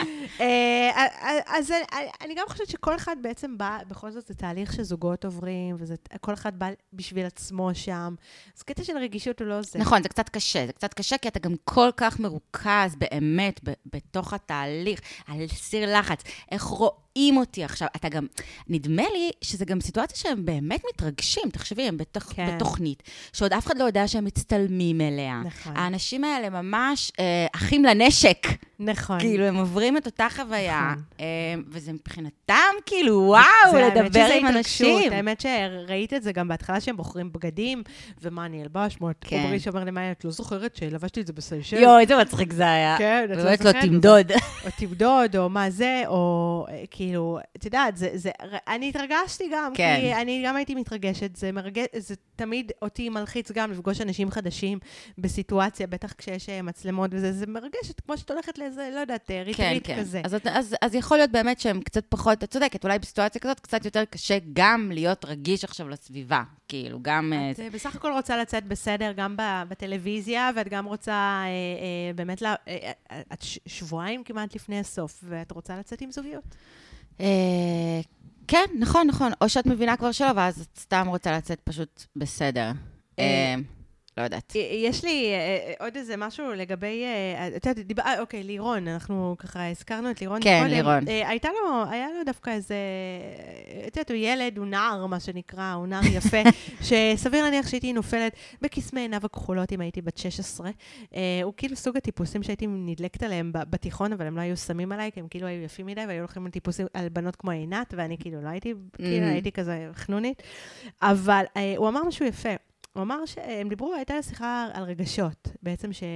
אז אני גם חושבת שכל אחד בעצם בא, בכל זאת זה תהליך שזוגות עוברים, וכל אחד בא בשביל עצמו שם. אז קטע של רגישות הוא לא זה. נכון, זה קצת קשה. זה קצת קשה, כי אתה גם כל כך מרוכז באמת בתוך התהליך, על סיר לחץ. איך רואים אותי עכשיו? אתה גם, נדמה לי שזה גם סיטואציה שהם באמת מתרגשים. תחשבי, הם בתוכנית, שעוד אף אחד לא יודע שהם מצטלמים אליה. נכון. האנשים האלה ממש אחים לנשק. נכון. כאילו, הם עוברים את אותה חוויה, וזה מבחינתם, כאילו, וואו, לדבר עם אנשים. האמת שראית את זה גם בהתחלה שהם בוחרים בגדים, ומה אני אלבש, כמו ברי שאומר למאי, את לא זוכרת שלבשתי את זה בסיישל. יואו, איזה מצחיק זה היה. כן, את לא באמת זוכרת. לא תמדוד. או תמדוד, או מה זה, או כאילו, את יודעת, אני התרגשתי גם, כי אני גם הייתי מתרגשת, זה תמיד אותי מלחיץ גם לפגוש אנשים חדשים בסיטואציה, בטח כשיש מצלמות וזה, זה מרגשת, כמו שאת שאת הולכת לאיזה, לא יודעת, ריטריט כן, כן. כזה. אז, אז, אז יכול להיות באמת שהם קצת פחות, את צודקת, אולי בסיטואציה כזאת קצת יותר קשה גם להיות רגיש עכשיו לסביבה, כאילו, גם... את uh, בסך הכל רוצה לצאת בסדר גם בטלוויזיה, ואת גם רוצה אה, אה, באמת, לה, אה, את שבועיים כמעט לפני הסוף, ואת רוצה לצאת עם זוגיות. אה, כן, נכון, נכון. או שאת מבינה כבר שלא, ואז את סתם רוצה לצאת פשוט בסדר. אה, לא יודעת. יש לי עוד איזה משהו לגבי, את יודעת, דיבר, אוקיי, לירון, אנחנו ככה הזכרנו את לירון. כן, לירון. הייתה לו, היה לו דווקא איזה, את יודעת, הוא ילד, הוא נער, מה שנקרא, הוא נער יפה, שסביר להניח שהייתי נופלת בכסמי עיניו הכחולות אם הייתי בת שש עשרה. הוא כאילו סוג הטיפוסים שהייתי נדלקת עליהם בתיכון, אבל הם לא היו שמים עליי, כי הם כאילו היו יפים מדי, והיו לוקחים טיפוסים על בנות כמו עינת, ואני כאילו לא הייתי, כאילו הייתי כזה חנונית. אבל הוא אמר משהו יפה. הוא אמר שהם דיברו, הייתה שיחה על רגשות, בעצם ש...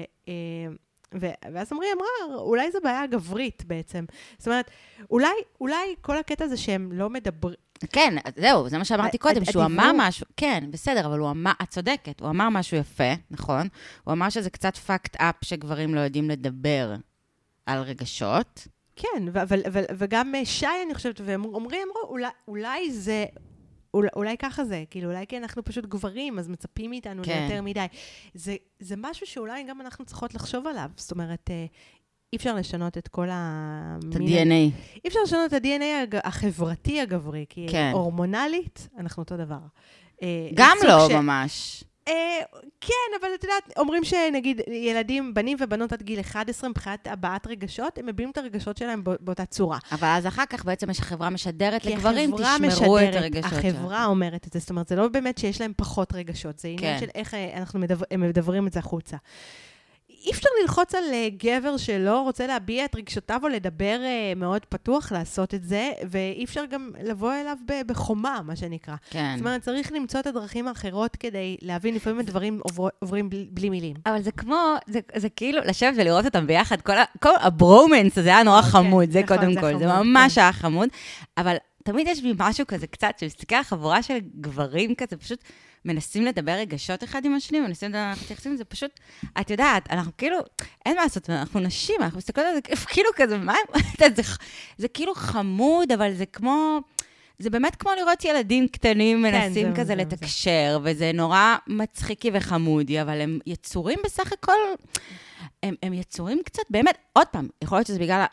ואז אמרי אמרה, אולי זו בעיה גברית בעצם. זאת אומרת, אולי, אולי כל הקטע זה שהם לא מדברים... כן, זהו, זה מה שאמרתי קודם, שהוא אמר משהו, כן, בסדר, אבל הוא אמר, את צודקת, הוא אמר משהו יפה, נכון? הוא אמר שזה קצת פאקט אפ שגברים לא יודעים לדבר על רגשות. כן, וגם שי, אני חושבת, ואומרי אמרו, אולי זה... אולי, אולי ככה זה, כאילו, אולי כי אנחנו פשוט גברים, אז מצפים מאיתנו כן. ליותר מדי. זה, זה משהו שאולי גם אנחנו צריכות לחשוב עליו. זאת אומרת, אי אפשר לשנות את כל ה... את ה-די אן איי. אי אפשר לשנות את ה-די אן איי החברתי הגברי, כי כן. הורמונלית, אנחנו אותו דבר. גם לא ש... ממש. כן, אבל את יודעת, אומרים שנגיד ילדים, בנים ובנות עד גיל אחת עשרה, מבחינת הבעת רגשות, הם מביעים את הרגשות שלהם באותה צורה. אבל אז אחר כך בעצם יש החברה משדרת לגברים, תשמרו את הרגשות שלהם. החברה אומרת את זה, זאת אומרת, זה לא באמת שיש להם פחות רגשות, זה עניין של איך אנחנו מדברים את זה החוצה. אי אפשר ללחוץ על גבר שלא רוצה להביע את רגשותיו או לדבר מאוד פתוח לעשות את זה, ואי אפשר גם לבוא אליו בחומה, מה שנקרא. כן. זאת אומרת, צריך למצוא את הדרכים האחרות כדי להבין, לפעמים הדברים עוברים בלי מילים. אבל זה כמו, זה, זה כאילו לשבת ולראות אותם ביחד, כל, כל הברומנס הזה היה נורא חמוד, זה קודם כל, זה ממש היה חמוד, אבל תמיד יש בי משהו כזה קצת, שמסתכל על חבורה של גברים כזה, פשוט מנסים לדבר רגשות אחד עם השני, מנסים לדבר, אנחנו תייחסים, זה פשוט, את יודעת, אנחנו כאילו, אין מה לעשות, אנחנו נשים, אנחנו מסתכלות על זה, כאילו כזה, מה, זה, זה כאילו חמוד, אבל זה כמו, זה באמת כמו לראות ילדים קטנים מנסים כן, כזה זה, לתקשר, זה. וזה נורא מצחיקי וחמודי, אבל הם יצורים בסך הכל, הם, הם יצורים קצת, באמת, עוד פעם, יכול להיות שזה בגלל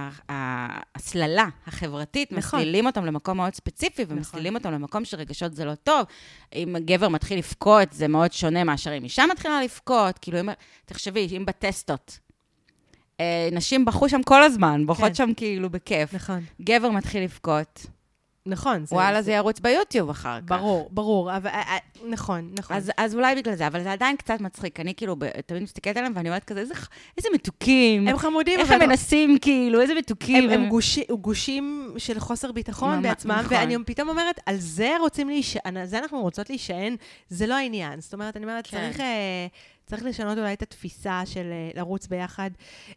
הסללה החברתית, נכון. מסלילים אותם למקום מאוד ספציפי, ומסלילים נכון. אותם למקום שרגשות זה לא טוב. אם גבר מתחיל לפקות, זה מאוד שונה מאשר אם אישה מתחילה לפקות, כאילו, אם, תחשבי, אם בטסטות, נשים בחו שם כל הזמן, בוכות כן. שם כאילו בכיף. נכון. גבר מתחיל לפקות. נכון. וואלה, זה ירוץ ביוטיוב אחר כך. ברור, ברור, אבל, נכון, נכון. אז, אז אולי בגלל זה, אבל זה עדיין קצת מצחיק. אני כאילו, תמיד מסתכלת עליהם, ואני אומרת כזה, איזה, איזה מתוקים. הם חמודים. איך הם מנסים, כאילו, איזה מתוקים. הם, הם גושי, גושים של חוסר ביטחון בעצמם, נכון. ואני פתאום אומרת, על זה רוצים להישען, על זה אנחנו רוצות להישען, זה לא העניין. זאת אומרת, אני אומרת, כן. צריך... צריך לשנות אולי את התפיסה של לרוץ ביחד.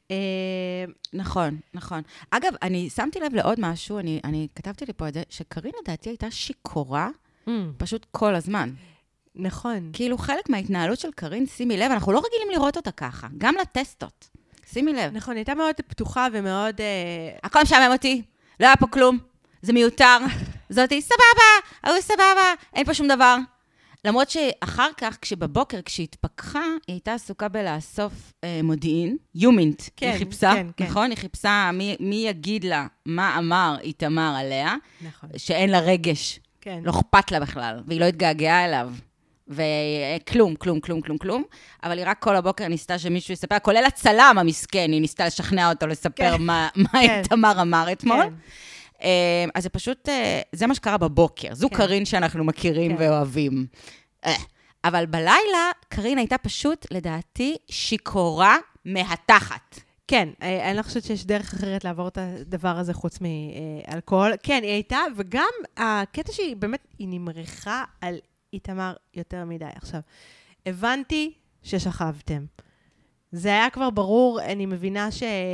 נכון, נכון. אגב, אני שמתי לב לעוד משהו, אני, אני כתבתי לי פה את זה, שקרין לדעתי הייתה שיקורה, mm. פשוט כל הזמן. נכון. כאילו חלק מההתנהלות של קרין, שימי לב, אנחנו לא רגילים לראות אותה ככה, גם לטסטות. שימי לב. נכון, הייתה מאוד פתוחה ומאוד... הכל משעמם אותי, לא היה פה כלום, זה מיותר, זאתי סבבה, ההוא סבבה, אין פה שום דבר. למרות שאחר כך, כשבבוקר, כשהתפקחה, היא הייתה עסוקה בלאסוף אה, מודיעין, יומינט, כן, היא חיפשה, כן, כן. נכון? היא חיפשה מי, מי יגיד לה מה אמר איתמר עליה, נכון. שאין לה רגש, כן. לא אכפת לה בכלל, והיא לא התגעגעה אליו, וכלום, כלום, כלום, כלום, כלום, אבל היא רק כל הבוקר ניסתה שמישהו יספר, כולל הצלם המסכן, היא ניסתה לשכנע אותו לספר כן. מה, מה כן. איתמר אמר אתמול. כן. אז זה פשוט, זה מה שקרה בבוקר. זו קרין שאנחנו מכירים ואוהבים. אבל בלילה, קרין הייתה פשוט, לדעתי, שיקורה מהתחת. כן, אני לא חושבת שיש דרך אחרת לעבור את הדבר הזה חוץ מאלכוהול. כן, היא הייתה, וגם הקטע שהיא באמת, היא נמרחה על איתמר יותר מדי. עכשיו, הבנתי ששכבתם. זה היה כבר ברור, אני מבינה ש...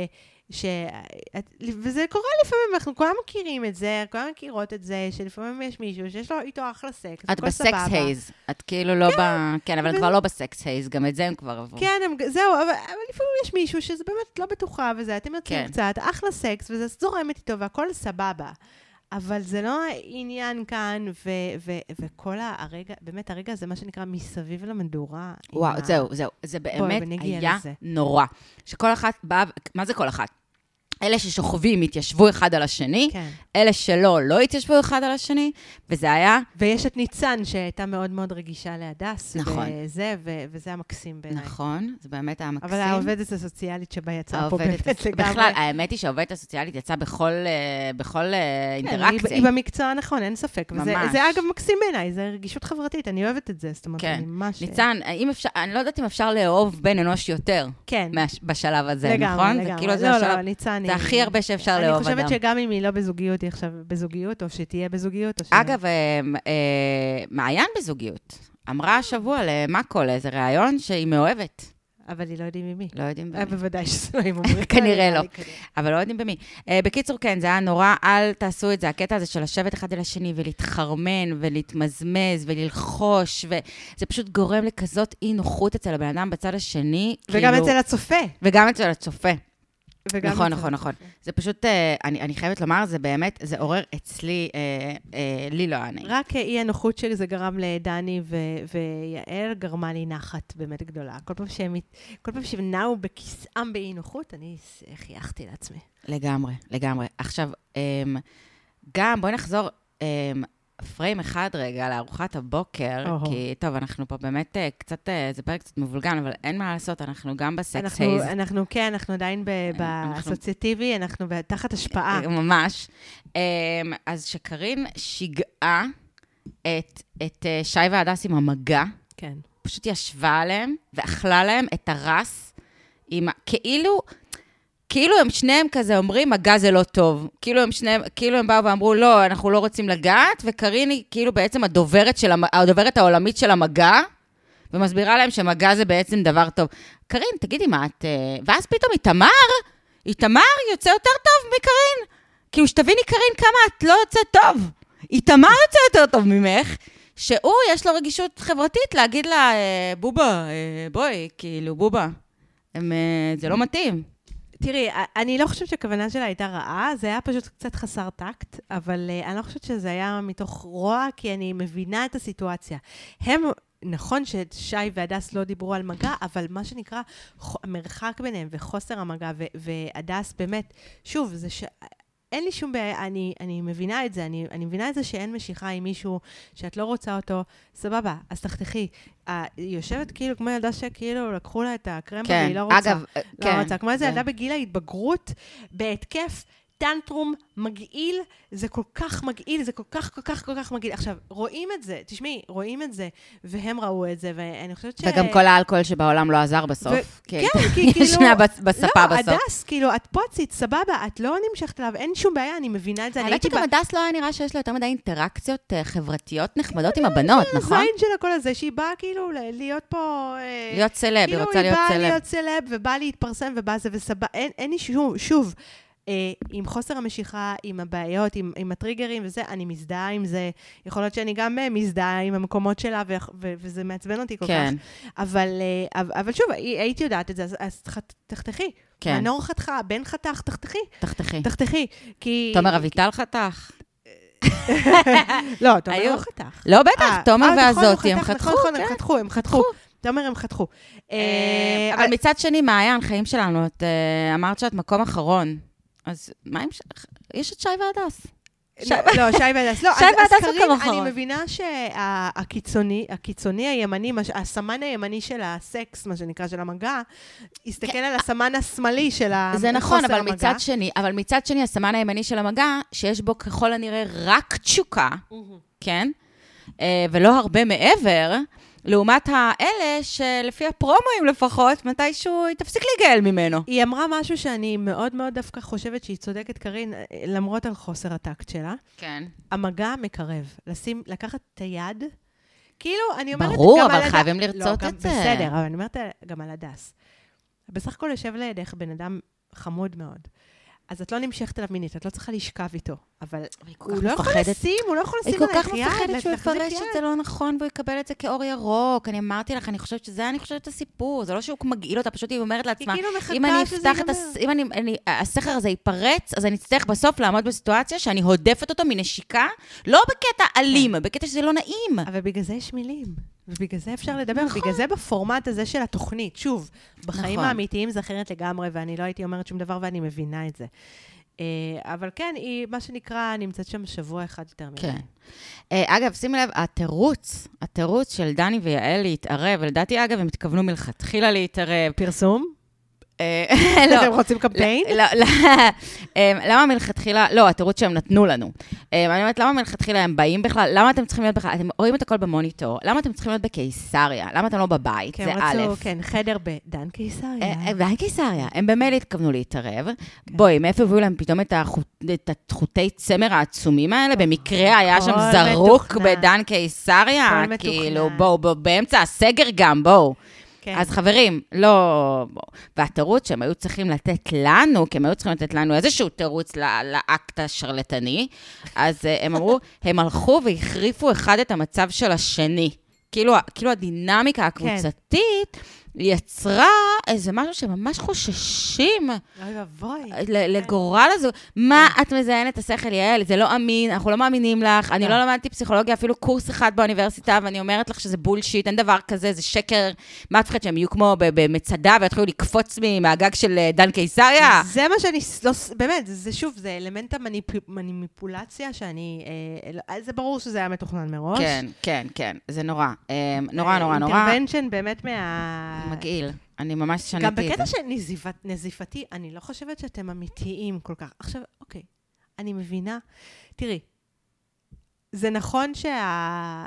ש... וזה קורה לפעמים, אנחנו כולם מכירים את זה, כולם מכירות את זה, שלפעמים יש מישהו שיש לו איתו אחלה סקס, את בסקס הייז, את כאילו לא ב... כן, אבל כבר לא בסקס הייז, גם את זה הם כבר עברו. כן, זהו, אבל לפעמים יש מישהו שזה באמת לא בטוחה וזה, אתם יוצאים קצת, אחלה סקס, וזה זורמת איתו והכל סבבה. אבל זה לא העניין כאן, וכל הרגע, באמת הרגע הזה, מה שנקרא מסביב למדורה. וואו, זהו, זהו, זה באמת היה נורא. שכל אחת באה, מה זה כל אחת? אלה ששוכבים התיישבו אחד על השני, כן. אלה שלא, לא התיישבו אחד על השני, וזה היה... ויש את ניצן שהייתה מאוד מאוד רגישה להדס, נכון. וזה, ו- וזה המקסים בעיניי. נכון, זה באמת היה מקסים. אבל העובדת הסוציאלית שבה יצאה פה באמת הס... לגמרי. בכלל, האמת היא שהעובדת הסוציאלית יצאה בכל, בכל כן, אינטראקציה. היא, היא במקצוע נכון, אין ספק. ממש. וזה, זה אגב מקסים בעיניי, זה רגישות חברתית, אני אוהבת את זה, זאת אומרת, כן. אני ממש... ניצן, אם אפשר, אני לא יודעת אם אפשר לאהוב בן אנוש יותר, כן. בשלב הזה, לגמרי, נכון? לגמרי. זה כאילו לא, זה לא, השלב... לא, ניצן, זה הכי הרבה שאפשר לאהוב אדם. אני חושבת שגם אם היא לא בזוגיות, היא עכשיו בזוגיות, או שתהיה בזוגיות, או ש... אגב, מעיין בזוגיות. אמרה השבוע למאקו, לאיזה ראיון, שהיא מאוהבת. אבל היא לא יודעים ממי. לא יודעים במי. בוודאי שזה לא, אם אומרים. כנראה לא. אבל לא יודעים במי. בקיצור, כן, זה היה נורא, אל תעשו את זה, הקטע הזה של לשבת אחד אל השני, ולהתחרמן, ולהתמזמז, וללחוש, וזה פשוט גורם לכזאת אי נוחות אצל הבן אדם בצד השני. וגם אצל הצופה. וגם אצל הצופה. נכון, נכון, נכון. זה פשוט, אני, אני חייבת לומר, זה באמת, זה עורר אצלי, אה, אה, לי לא עני. רק אי הנוחות שזה גרם לדני ו- ויעל, גרמה לי נחת באמת גדולה. כל פעם שהם, כל פעם שהם נעו בכיסאם באי נוחות, אני חייכתי לעצמי. לגמרי, לגמרי. עכשיו, גם, בואי נחזור, פריים אחד רגע לארוחת הבוקר, כי טוב, אנחנו פה באמת קצת, זה פרק קצת מבולגן, אבל אין מה לעשות, אנחנו גם בסקס הייז. אנחנו כן, אנחנו עדיין באסוציאטיבי, אנחנו תחת השפעה. ממש. אז שקרין שיגעה את שי והדס עם המגע, כן. פשוט ישבה עליהם, ואכלה להם את הרס, כאילו... כאילו הם שניהם כזה אומרים, מגע זה לא טוב. כאילו הם שניהם, כאילו הם באו ואמרו, לא, אנחנו לא רוצים לגעת, וקרין היא כאילו בעצם הדוברת, של, הדוברת העולמית של המגע, ומסבירה להם שמגע זה בעצם דבר טוב. קרין, תגידי מה את... ואז פתאום איתמר, איתמר יוצא יותר טוב מקרין. כאילו שתביני קרין כמה את לא יוצא טוב. איתמר יוצא יותר טוב ממך, שהוא יש לו רגישות חברתית להגיד לה, בובה, בואי, כאילו בובה, הם, זה לא מתאים. תראי, אני לא חושבת שהכוונה שלה הייתה רעה, זה היה פשוט קצת חסר טקט, אבל אני לא חושבת שזה היה מתוך רוע, כי אני מבינה את הסיטואציה. הם, נכון ששי והדס לא דיברו על מגע, אבל מה שנקרא, המרחק ביניהם וחוסר המגע, והדס באמת, שוב, זה ש... אין לי שום בעיה, אני, אני מבינה את זה, אני, אני מבינה את זה שאין משיכה עם מישהו שאת לא רוצה אותו, סבבה, אז תחתכי. היא יושבת כאילו כמו ילדה שכאילו לקחו לה את הקרמבה, כן, והיא לא רוצה. אגב, לא כן. רוצה. כמו איזה ילדה בגיל ההתבגרות, בהתקף, טנטרום, מגעיל, זה כל כך מגעיל, זה כל כך, כל כך, כל כך מגעיל. עכשיו, רואים את זה, תשמעי, רואים את זה, והם ראו את זה, ואני חושבת ש... וגם כל האלכוהול שבעולם לא עזר בסוף. כן, כי כאילו... ישנה בספה בסוף. לא, הדס, כאילו, את פוצית, סבבה, את לא נמשכת אליו, אין שום בעיה, אני מבינה את זה. האמת שגם הדס לא היה נראה שיש לה יותר מדי אינטראקציות חברתיות נחמדות עם הבנות, נכון? זה זין של הכל הזה, שהיא באה כאילו להיות פה... להיות סלב, היא רוצה להיות סלב. כאילו, היא באה להיות סלב, ובאה להתפרסם, ובאה זה וסבבה. אין לי שוב, עם חוסר המשיכה, עם הבעיות, עם, עם הטריגרים וזה, אני מזדהה עם זה. יכול להיות שאני גם מזדהה עם המקומות שלה, ו- ו- וזה מעצבן אותי כל כן. כך. אבל, אבל שוב, הייתי יודעת את זה, אז, אז תחתכי. כן. הנור חתכה, בן חתך, תחתכי. תחתכי. תחתכי, כי... תומר אביטל חתך. לא, תומר לא חתך. לא בטח, תומר והזאתי, הם חתכו. נכון, הם חתכו, הם חתכו. תומר, הם חתכו. אבל מצד שני, מעיין, חיים שלנו, את אמרת שאת מקום אחרון. אז מה אם... יש את שי והדס. לא, שי והדס. לא, שי והדס הוא כמה אחרון. אני מבינה שהקיצוני, הקיצוני הימני, הסמן הימני של הסקס, מה שנקרא, של המגע, הסתכל על הסמן השמאלי של החוסר המגע. זה נכון, אבל מצד שני, אבל מצד שני, הסמן הימני של המגע, שיש בו ככל הנראה רק תשוקה, כן? ולא הרבה מעבר, לעומת האלה שלפי הפרומואים לפחות, מתישהו היא תפסיק להיגאל ממנו. היא אמרה משהו שאני מאוד מאוד דווקא חושבת שהיא צודקת, קרין, למרות על חוסר הטקט שלה. כן. המגע מקרב. לשים, לקחת את היד, כאילו, אני אומרת... ברור, אבל חייבים לרצות לא, את זה. בסדר, אבל אני אומרת גם על הדס. בסך הכל יושב לידך בן אדם חמוד מאוד. אז את לא נמשכת אליו מינית, את לא צריכה לשכב איתו, אבל הוא לא יכול לשים, הוא לא יכול לשים עליך יד. היא כל כך מפחדת שהוא יפרש את זה לא נכון, והוא יקבל את זה כאור ירוק. אני אמרתי לך, אני חושבת שזה, אני חושבת את הסיפור, זה לא שהוא מגעיל אותה, פשוט היא אומרת לעצמה, אם אני אפתח את, אם אני, הסכר הזה ייפרץ, אז אני אצטרך בסוף לעמוד בסיטואציה שאני הודפת אותו מנשיקה, לא בקטע אלים, בקטע שזה לא נעים. אבל בגלל זה יש מילים. ובגלל זה אפשר לדבר, נכון. בגלל זה בפורמט הזה של התוכנית. שוב, בחיים נכון. האמיתיים זה אחרת לגמרי, ואני לא הייתי אומרת שום דבר, ואני מבינה את זה. אבל כן, היא, מה שנקרא, נמצאת שם שבוע אחד יותר מדי. כן. אגב, שימי לב, התירוץ, התירוץ של דני ויעל להתערב, ולדעתי, אגב, הם התכוונו מלכתחילה להתערב. פרסום? לא. אתם רוצים קמפיין? לא, לא. למה מלכתחילה, לא, התירוץ שהם נתנו לנו. אני אומרת, למה מלכתחילה הם באים בכלל? למה אתם צריכים להיות בכלל? אתם רואים את הכל במוניטור. למה אתם צריכים להיות בקיסריה? למה אתם לא בבית? זה א'. כן, חדר בדן קיסריה. דן קיסריה. הם במילא התכוונו להתערב. בואי, מאיפה הביאו להם פתאום את החוטי צמר העצומים האלה? במקרה היה שם זרוק בדן קיסריה? כאילו, בואו, באמצע הסגר גם, בואו. כן. אז חברים, לא... והתירוץ שהם היו צריכים לתת לנו, כי הם היו צריכים לתת לנו איזשהו תירוץ לאקט השרלטני, אז הם אמרו, הם הלכו והחריפו אחד את המצב של השני. כאילו, כאילו הדינמיקה הקבוצתית כן. יצרה איזה משהו שממש חוששים לגורל הזו. מה את מזיינת השכל, יעל? זה לא אמין, אנחנו לא מאמינים לך, אני לא למדתי פסיכולוגיה, אפילו קורס אחד באוניברסיטה, ואני אומרת לך שזה בולשיט, אין דבר כזה, זה שקר. מה את חושבת שהם יהיו כמו במצדה, ויתחילו לקפוץ מהגג של דן קיסריה? זה מה שאני, באמת, זה שוב, זה אלמנט המניפולציה שאני, זה ברור שזה היה מתוכנן מראש. כן, כן, כן, זה נורא, נורא, נורא, נורא. אינטרוונשן באמת מה... מגעיל. אני ממש שנתי את זה. גם בקטע של נזיפתי, אני לא חושבת שאתם אמיתיים כל כך. עכשיו, אוקיי, אני מבינה. תראי, זה נכון שה...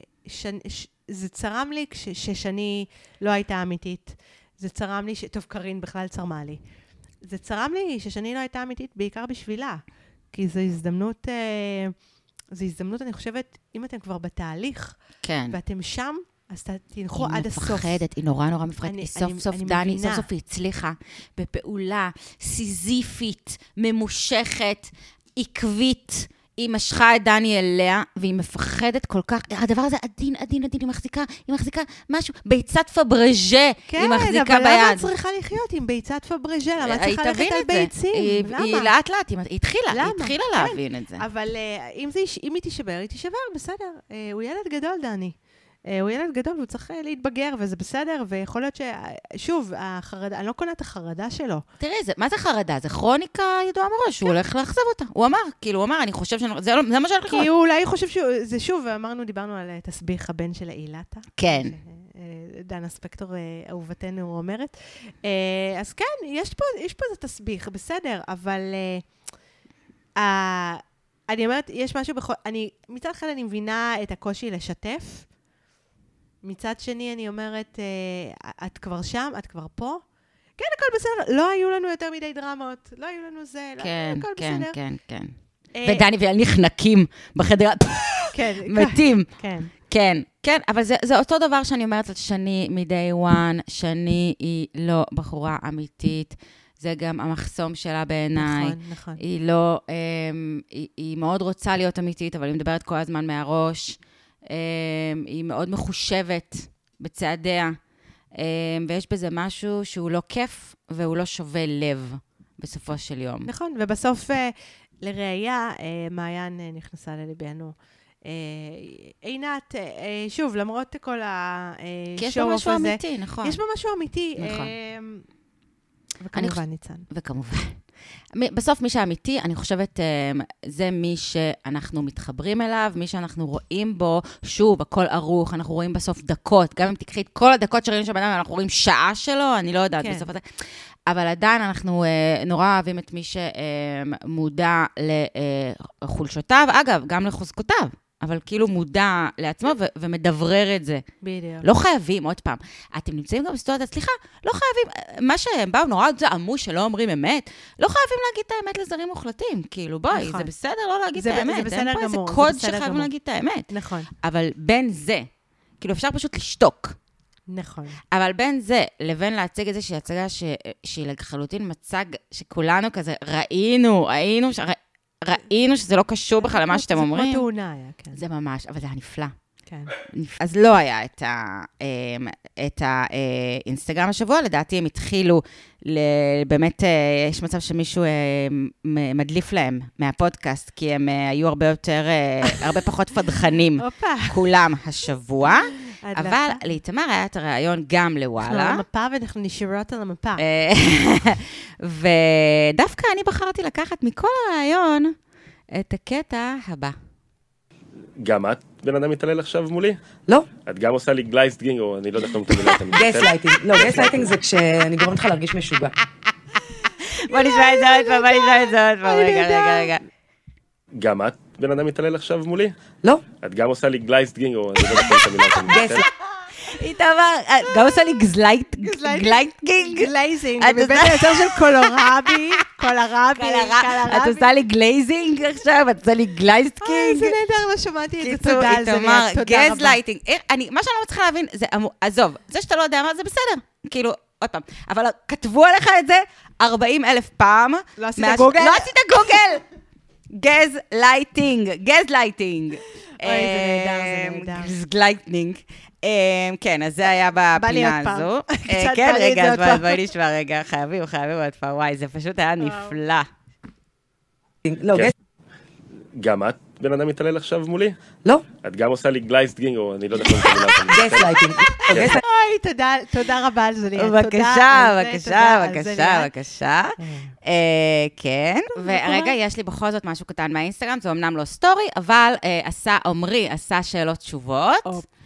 זה צרם לי ששני לא הייתה אמיתית. זה צרם לי ש... טוב, קרין בכלל צרמה לי. זה צרם לי ששני לא הייתה אמיתית בעיקר בשבילה. כי זו הזדמנות... זו הזדמנות, אני חושבת, אם אתם כבר בתהליך, כן. ואתם שם, אז תלכו עד הסוף. היא מפחדת, היא נורא נורא מפחדת. היא סוף סוף, דני, סוף סוף היא הצליחה בפעולה סיזיפית, ממושכת, עקבית. היא משכה את דני אליה, והיא מפחדת כל כך. הדבר הזה עדין, עדין, עדין, היא מחזיקה, היא מחזיקה משהו, ביצת פברז'ה, היא מחזיקה ביד. כן, אבל למה את צריכה לחיות עם ביצת פברז'ה? למה את צריכה ללכת על ביצים? למה? היא לאט לאט, היא התחילה, היא התחילה להבין את זה. אבל אם היא תישבר, היא תישבר, בסדר. הוא ילד גדול, דני. הוא ילד גדול, הוא צריך להתבגר, וזה בסדר, ויכול להיות ש... שוב, החרדה, אני לא קונה את החרדה שלו. תראי, מה זה חרדה? זה כרוניקה ידועה מראש, הוא הולך לאכזב אותה. הוא אמר, כאילו, הוא אמר, אני חושב שאני... זה מה שהולך לקרות. כי הוא אולי חושב שהוא... זה שוב, אמרנו, דיברנו על תסביך הבן של אילתה. כן. דנה ספקטור, אהובתנו אומרת. אז כן, יש פה איזה תסביך, בסדר, אבל... אני אומרת, יש משהו בכל... מצד אחד אני מבינה את הקושי לשתף, מצד שני, אני אומרת, את כבר שם, את כבר פה? כן, הכל בסדר. לא היו לנו יותר מדי דרמות. לא היו לנו זה, כן, הכל כן, בסדר. כן, כן, כן. ודני ויעל נחנקים בחדר... כן. מתים. כן. כן, כן, אבל זה, זה אותו דבר שאני אומרת על שני מ-day one, שני היא לא בחורה אמיתית. זה גם המחסום שלה בעיניי. נכון, נכון. היא לא... היא, היא מאוד רוצה להיות אמיתית, אבל היא מדברת כל הזמן מהראש. היא מאוד מחושבת בצעדיה, ויש בזה משהו שהוא לא כיף, והוא לא שווה לב בסופו של יום. נכון, ובסוף לראיה, מעיין נכנסה לליבנו. עינת, שוב, למרות כל השואו הזה, כי יש בה משהו אמיתי, נכון. יש בה משהו אמיתי. נכון. וכמובן ניצן. וכמובן. בסוף מי שאמיתי, אני חושבת, זה מי שאנחנו מתחברים אליו, מי שאנחנו רואים בו, שוב, הכל ערוך, אנחנו רואים בסוף דקות, גם אם תקחי את כל הדקות שראינו שבאדם, אנחנו רואים שעה שלו, אני לא יודעת בסוף הזה, אבל עדיין אנחנו נורא אוהבים את מי שמודע לחולשותיו, אגב, גם לחוזקותיו. אבל כאילו מודע לעצמו ו- ומדברר את זה. בדיוק. לא חייבים, עוד פעם. אתם נמצאים גם בסיטואציה, סליחה, לא חייבים, מה שהם באו נורא זעמו שלא אומרים אמת, לא חייבים להגיד את האמת לזרים מוחלטים. כאילו, בואי, נכון. זה בסדר לא להגיד זה, את האמת. זה בסדר גמור. אין פה איזה קוד שחייבים גמור. להגיד את האמת. נכון. אבל בין זה, כאילו אפשר פשוט לשתוק. נכון. אבל בין זה, לבין להציג איזושהי הצגה ש... שהיא לחלוטין מצג שכולנו כזה ראינו, היינו, ש... ראינו שזה לא קשור בכלל למה שאתם אומרים. זה כמו תאונה היה, כן. זה ממש, אבל זה היה נפלא. כן. אז לא היה את ה... את האינסטגרם השבוע, לדעתי הם התחילו, באמת יש מצב שמישהו מדליף להם מהפודקאסט, כי הם היו הרבה יותר, הרבה פחות פדחנים, כולם השבוע, אבל לאיתמר היה את הרעיון גם לוואלה. אנחנו על המפה ואנחנו נשארות על המפה. ודווקא אני בחרתי לקחת מכל הרעיון את הקטע הבא. גם את בן אדם מתעלל עכשיו מולי? לא. את גם עושה לי גלייסטינג, או אני לא יודע איך אתה מתעלל את המילה. גסלייטינג. לא, גסלייטינג זה כשאני גורמת לך להרגיש משוגע. בוא נשמע את זה עוד פעם, בוא נשמע את זה עוד פעם, רגע, רגע, רגע. גם את בן אדם מתעלל עכשיו מולי? לא. את גם עושה לי גלייסטינג, או אני לא יודע איך אתה מתעלל את המילה. גסלייטינג. איתמר, גם עושה לי גזלייט, גלייטינג. גלייזינג, בבית היוצר של קולורבי, קולרבי, קולרבי. את עושה לי גלייזינג עכשיו, את עושה לי גלייסטינג. אוי, זה נהדר, לא שמעתי את זה, תודה על זה, תודה רבה. גזלייטינג. מה שאני לא מצליחה להבין, זה, עזוב, זה שאתה לא יודע מה, זה בסדר. כאילו, עוד פעם, אבל כתבו עליך את זה ארבעים אלף פעם. לא עשית גוגל? לא עשית גוגל. גזלייטינג, גזלייטינג. אוי, זה נהדר, זה נהדר. גזלייטינג. כן, אז זה היה בפינה הזו. כן, רגע, אז בואי נשמע רגע, חייבים, חייבים עוד פעם, וואי, זה פשוט היה נפלא. לא, גם את בן אדם מתעלל עכשיו מולי? לא. את גם עושה לי גלייסטינג, או אני לא יודע איך אתה מתעלל את המילה. גסלייטינג. אוי, תודה רבה על זה. בבקשה, בבקשה, בבקשה, בבקשה. כן, ורגע, יש לי בכל זאת משהו קטן מהאינסטגרם, זה אמנם לא סטורי, אבל עשה, עומרי עשה שאלות תשובות.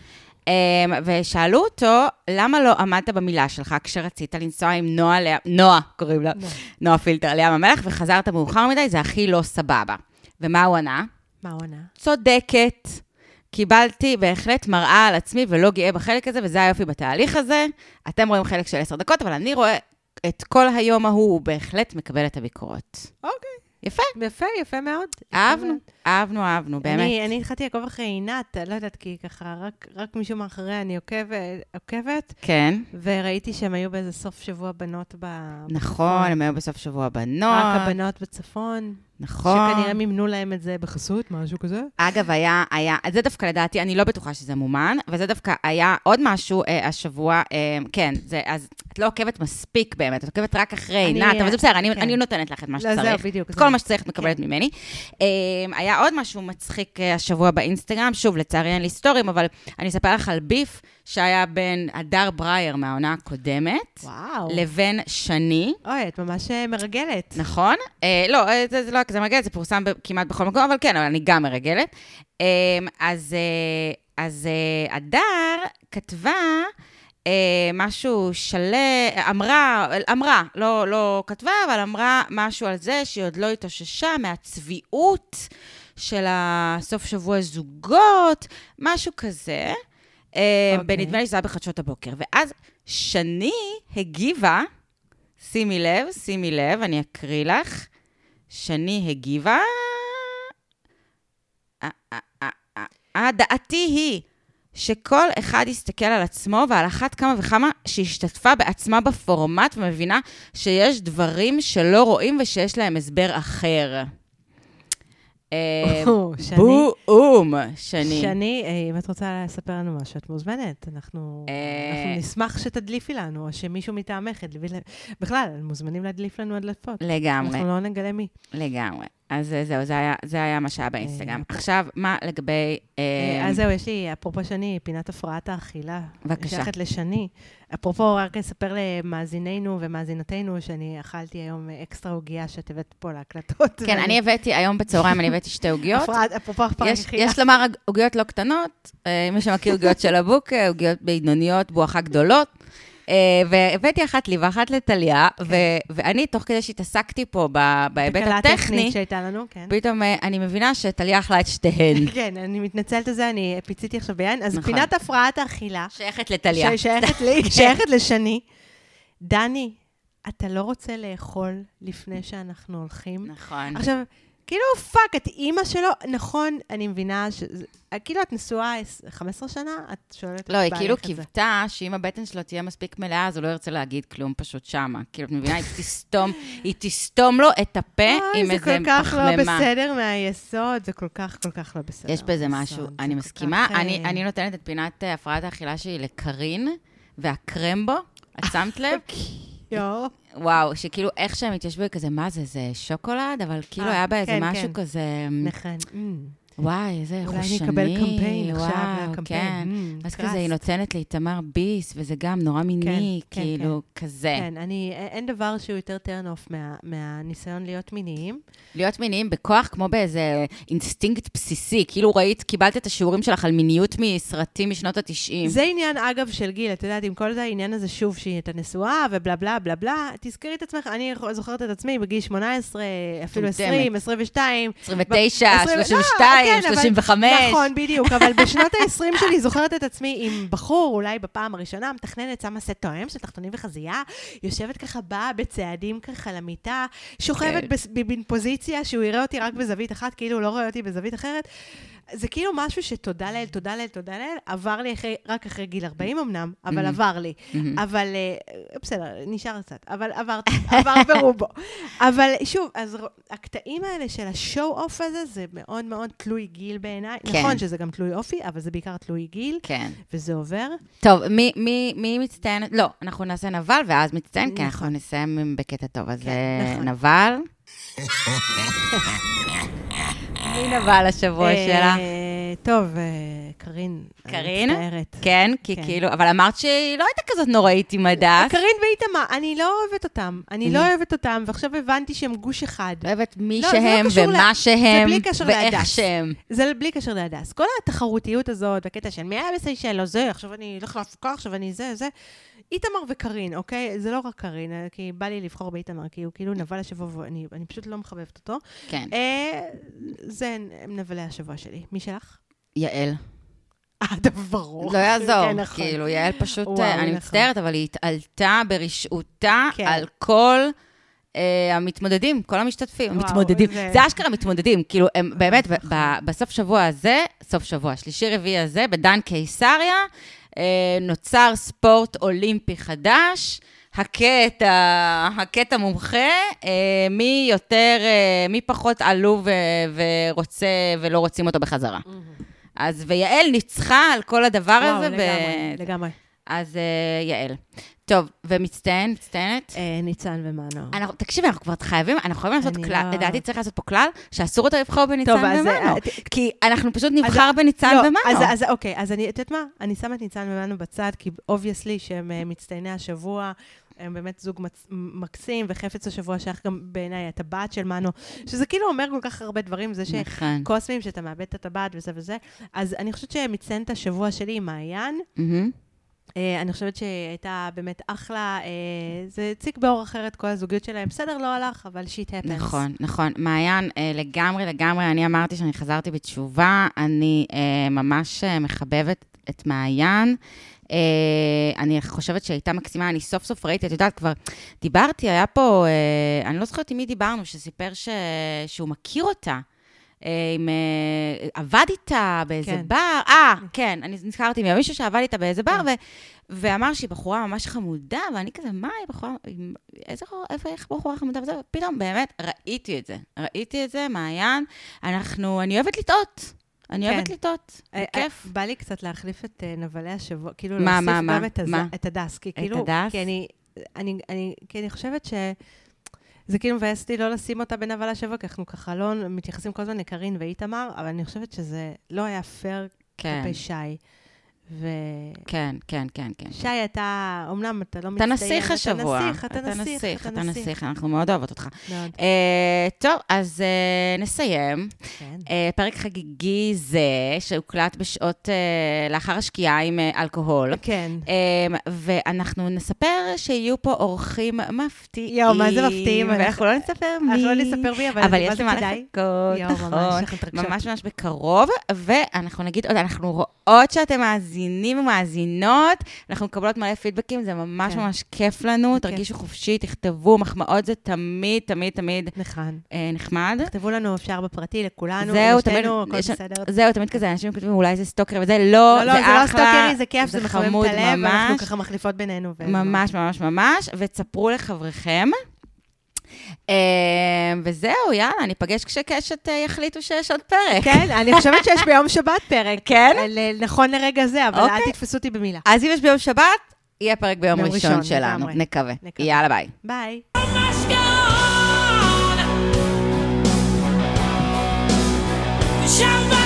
ושאלו אותו, למה לא עמדת במילה שלך כשרצית לנסוע עם נועה, נועה, קוראים לה, נועה פילטר, לים המלך, וחזרת מאוחר מדי, זה הכי לא סבבה. ומה הוא ענה? מה הוא ענה? צודקת. קיבלתי בהחלט מראה על עצמי ולא גאה בחלק הזה, וזה היופי בתהליך הזה. אתם רואים חלק של עשר דקות, אבל אני רואה את כל היום ההוא, הוא בהחלט מקבל את הביקורות. אוקיי. יפה. יפה, יפה מאוד. אהבנו, אהבנו, אהבנו, באמת. אני, אני התחלתי לעקוב אחרי עינת, לא יודעת, כי ככה, רק, רק משום מאחריה אני עוקבת, עוקבת. כן. וראיתי שהם היו באיזה סוף שבוע בנות ב... נכון, הם היו בסוף שבוע בנות. רק הבנות בצפון. נכון. שכנראה מימנו להם את זה בחסות, משהו כזה. אגב, היה, היה, זה דווקא לדעתי, אני לא בטוחה שזה מומן, וזה דווקא היה עוד משהו אה, השבוע, אה, כן, זה, אז את לא עוקבת מספיק באמת, את עוקבת רק אחרי עינת, אבל זה בסדר, אני, כן. אני נותנת לך את מה שצריך. לא, זה בדיוק. את כל מה שצריך את מקבלת כן. ממני. אה, היה עוד משהו מצחיק אה, השבוע באינסטגרם, שוב, לצערי אין לי סטורים, אבל אני אספר לך על ביף, שהיה בין הדר ברייר מהעונה הקודמת, וואו. לבין שני. אוי, את ממש מרגלת. נכון? אה, לא, זה, זה לא כזה מרגלת, זה פורסם כמעט בכל מקום, אבל כן, אבל אני גם מרגלת. אה, אז, אה, אז אה, הדר כתבה אה, משהו שלה, אמרה, אמרה, לא, לא כתבה, אבל אמרה משהו על זה שהיא עוד לא התאוששה מהצביעות של הסוף שבוע זוגות, משהו כזה. Okay. בנדמה לי שזה היה בחדשות הבוקר. ואז שני הגיבה, שימי לב, שימי לב, אני אקריא לך, שני הגיבה, הדעתי היא שכל אחד יסתכל על עצמו, ועל אחת כמה וכמה שהשתתפה בעצמה בפורמט, ומבינה שיש דברים שלא רואים ושיש להם הסבר אחר. בום, שני. שני, אם את רוצה לספר לנו משהו, את מוזמנת. אנחנו נשמח שתדליפי לנו, או שמישהו מטעמך ידליף לנו. בכלל, מוזמנים להדליף לנו הדלפות. לגמרי. אנחנו לא נגלה מי. לגמרי. אז זהו, זה היה מה שהיה באינסטגרם. עכשיו, מה לגבי... אז זהו, יש לי, אפרופו שני, פינת הפרעת האכילה. בבקשה. שייכת לשני. אפרופו, רק אספר למאזיננו ומאזינתנו, שאני אכלתי היום אקסטרה עוגיה שאת הבאת פה להקלטות. כן, אני הבאתי, היום בצהריים אני הבאתי שתי עוגיות. אפרופו הפרעת האכילה. יש לומר עוגיות לא קטנות, מי שמכיר עוגיות של הבוק, עוגיות בינוניות, בואכה גדולות. והבאתי אחת לי ואחת לטליה, ואני, תוך כדי שהתעסקתי פה בהיבט הטכני, פתאום אני מבינה שטליה אכלה את שתיהן. כן, אני מתנצלת על זה, אני פיציתי עכשיו ביין, אז פינת הפרעת האכילה, שייכת לטליה. שייכת לשני. דני, אתה לא רוצה לאכול לפני שאנחנו הולכים? נכון. עכשיו, כאילו, פאק, את אימא שלו, נכון, אני מבינה ש... כאילו, את נשואה חמש עשרה שנה, את שואלת... לא, היא כאילו קיוותה שאם הבטן שלו תהיה מספיק מלאה, אז הוא לא ירצה להגיד כלום פשוט שמה. כאילו, את מבינה, היא תסתום, היא תסתום לו את הפה עם איזה פחמימה. זה כל כך לא בסדר מהיסוד, זה כל כך, כל כך לא בסדר. יש בזה משהו, אני מסכימה. אני נותנת את פינת הפרעת האכילה שלי לקרין, והקרמבו, את שמת לב? יו. וואו, שכאילו איך שהם התיישבו כזה, מה זה, זה שוקולד? אבל כאילו היה בה איזה משהו כזה... נכון. וואי, איזה חושני. אולי נקבל קמפיין עכשיו, מהקמפיין. אז כזה, היא נותנת להתאמר ביס, וזה גם נורא מיני, כאילו, כזה. כן, אין דבר שהוא יותר טרן-אוף מהניסיון להיות מיניים. להיות מיניים בכוח, כמו באיזה אינסטינקט בסיסי. כאילו ראית, קיבלת את השיעורים שלך על מיניות מסרטים משנות ה-תשעים. זה עניין, אגב, של גיל. את יודעת, עם כל זה העניין הזה שוב, שהיא את הנשואה, ובלה בלה בלה בלה, תזכרי את עצמך, אני זוכרת את עצמי בגיל שמונה עשרה, אפילו עשרים, עשרים ושתיים. עשרים ותשע, שלושים ושתיים, שלושים וחמש. נכון, בדיוק, אבל בשנות ה-עשרים שלי זוכרת את עצמי עם בחור, אולי בפעם הראשונה, מתכננת, שמה סט תואם של תחתונים וחזייה, יושבת ככה, באה בצעדים ככה למיטה, שוכבת בבין פוזיציה, שהוא יראה אותי רק בזווית אחת, כאילו הוא לא רואה אותי בזווית אחרת. זה כאילו משהו שתודה לאל, תודה לאל, תודה לאל, עבר לי אחרי, רק אחרי גיל ארבעים אמנם, אבל עבר לי. אבל, בסדר, נשאר קצת, אבל עבר, עבר ברובו. אבל שוב, אז הקטעים האלה של השואו-אוף הזה, זה מאוד מאוד תלוי גיל בעיניי. נכון שזה גם תלוי אופי, אבל זה בעיקר תלוי גיל. כן. וזה עובר. טוב, מי מצטיין? לא, אנחנו נעשה נבל, ואז מצטיין, כי אנחנו נסיים בקטע טוב. אז נבל. מי נבל השבוע שלה? טוב, קרין. קרין? כן, כי כאילו, אבל אמרת שהיא לא הייתה כזאת נוראית עם הדס. קרין ואיתמר, אני לא אוהבת אותם. אני לא אוהבת אותם, ועכשיו הבנתי שהם גוש אחד. לא אוהבת מי שהם ומה שהם ואיך שהם. זה בלי קשר להדס. כל התחרותיות הזאת, בקטע של מי היה בסיישל, לא זה, עכשיו אני הולך להפקה, עכשיו אני זה, זה. איתמר וקרין, אוקיי? זה לא רק קרין, כי בא לי לבחור באיתמר, כי הוא כאילו נבל השבוע, ואני פשוט לא מחבבת אותו. כן. זה נבלי השבוע שלי. מי שלך? יעל. אה, ברור. לא יעזור, כאילו, יעל פשוט, אני מצטערת, אבל היא התעלתה ברשעותה על כל המתמודדים, כל המשתתפים, המתמודדים. זה אשכרה מתמודדים, כאילו, הם באמת, בסוף שבוע הזה, סוף שבוע, שלישי רביעי הזה, בדן קיסריה, נוצר ספורט אולימפי חדש, הקט, הקט המומחה, מי יותר, מי פחות עלוב ורוצה ולא רוצים אותו בחזרה. אז ויעל ניצחה על כל הדבר הזה. וואו, לגמרי, לגמרי. אז יעל. טוב, ומצטיין, מצטיינת? ניצן ומנו. תקשיבי, אנחנו כבר חייבים, אנחנו חייבים לעשות כלל, לדעתי צריך לעשות פה כלל, שאסור אותו לבחור בניצן ומנו. כי אנחנו פשוט נבחר בניצן ומנו. אז אוקיי, אז אני, את יודעת מה? אני שמה את ניצן ומנו בצד, כי obviously שהם מצטייני השבוע, הם באמת זוג מקסים, וחפץ השבוע שייך גם בעיניי הטבעת של מנו, שזה כאילו אומר כל כך הרבה דברים, זה שקוסמים שאתה מאבד את הטבעת וזה וזה. אז אני חושבת שמצטיינת השבוע שלי עם מעיין, אני חושבת שהייתה באמת אחלה, זה הציג באור אחרת כל הזוגיות שלהם, בסדר, לא הלך, אבל שיט הפנס. נכון, נכון. מעיין, לגמרי, לגמרי, אני אמרתי שאני חזרתי בתשובה, אני ממש מחבבת את מעיין, אני חושבת שהייתה מקסימה, אני סוף סוף ראיתי, את יודעת, כבר דיברתי, היה פה, אני לא זוכרת עם מי דיברנו, שסיפר שהוא מכיר אותה, עם, עבד איתה באיזה בר, אה, כן, אני נזכרתי מישהו שעבד איתה באיזה בר, ואמר שהיא בחורה ממש חמודה, ואני כזה, מה היא בחורה, איזה בחורה חמודה, וזה, פתאום באמת ראיתי את זה, ראיתי את זה, מעיין, אנחנו, אני אוהבת לטעות, אני אוהבת לטעות, כיף. בא לי קצת להחליף את נבלי השבוע, כאילו להוסיף גם את הדס, כי כאילו, כי אני חושבת ש... זה כאילו מבאס אותי לא לשים אותה בנבל השבוע, כי אנחנו ככה לא מתייחסים כל הזמן לקרין ואיתמר, אבל אני חושבת שזה לא היה פייר כלפי שי. ו... כן, כן, כן, כן. שי, אתה, אומנם אתה לא מצטיין. אתה נסיך השבוע. אתה נסיך, אתה נסיך. אתה נסיך, אנחנו מאוד אוהבות אותך. מאוד. טוב, אז נסיים. כן. פרק חגיגי זה, שהוקלט בשעות לאחר השקיעה עם אלכוהול. כן. ואנחנו נספר שיהיו פה אורחים מפתיעים. יואו, מה זה מפתיעים? ואנחנו לא נספר מי. אנחנו לא נספר מי, אבל יש לי מה לחכות. יואו, ממש. ממש ממש בקרוב, ואנחנו נגיד עוד, אנחנו רואות שאתם מאזינים. מאזינים ומאזינות, אנחנו מקבלות מלא פידבקים, זה ממש כן. ממש כיף לנו, כן. תרגישו חופשי, תכתבו, מחמאות זה תמיד, תמיד, תמיד נכון. אה, נחמד. תכתבו לנו, אפשר בפרטי, לכולנו, זהו, לשתינו, תמיד, הכל יש- בסדר. זהו, תמיד כזה, אנשים כותבים, אולי זה סטוקר וזה, לא, לא, לא, זה זה לא אחלה, סטוקרי, זה כיף, זה זה מחמם חמוד את הלב, ואנחנו ממש. ככה מחליפות בינינו. וזה ממש, ממש, ממש, ותספרו לחבריכם. אה, וזהו, יאללה, ניפגש כשקשת אה, יחליטו שיש עוד פרק. כן, אני חושבת שיש ביום שבת פרק. כן? ל- נכון לרגע זה, אבל אוקיי. אל תתפסו אותי במילה. אז אם יש ביום שבת, יהיה פרק ביום ביום ראשון ראשון, שלנו, לגמרי. נקווה. נקווה. יאללה, ביי. ביי. must go on. Somebody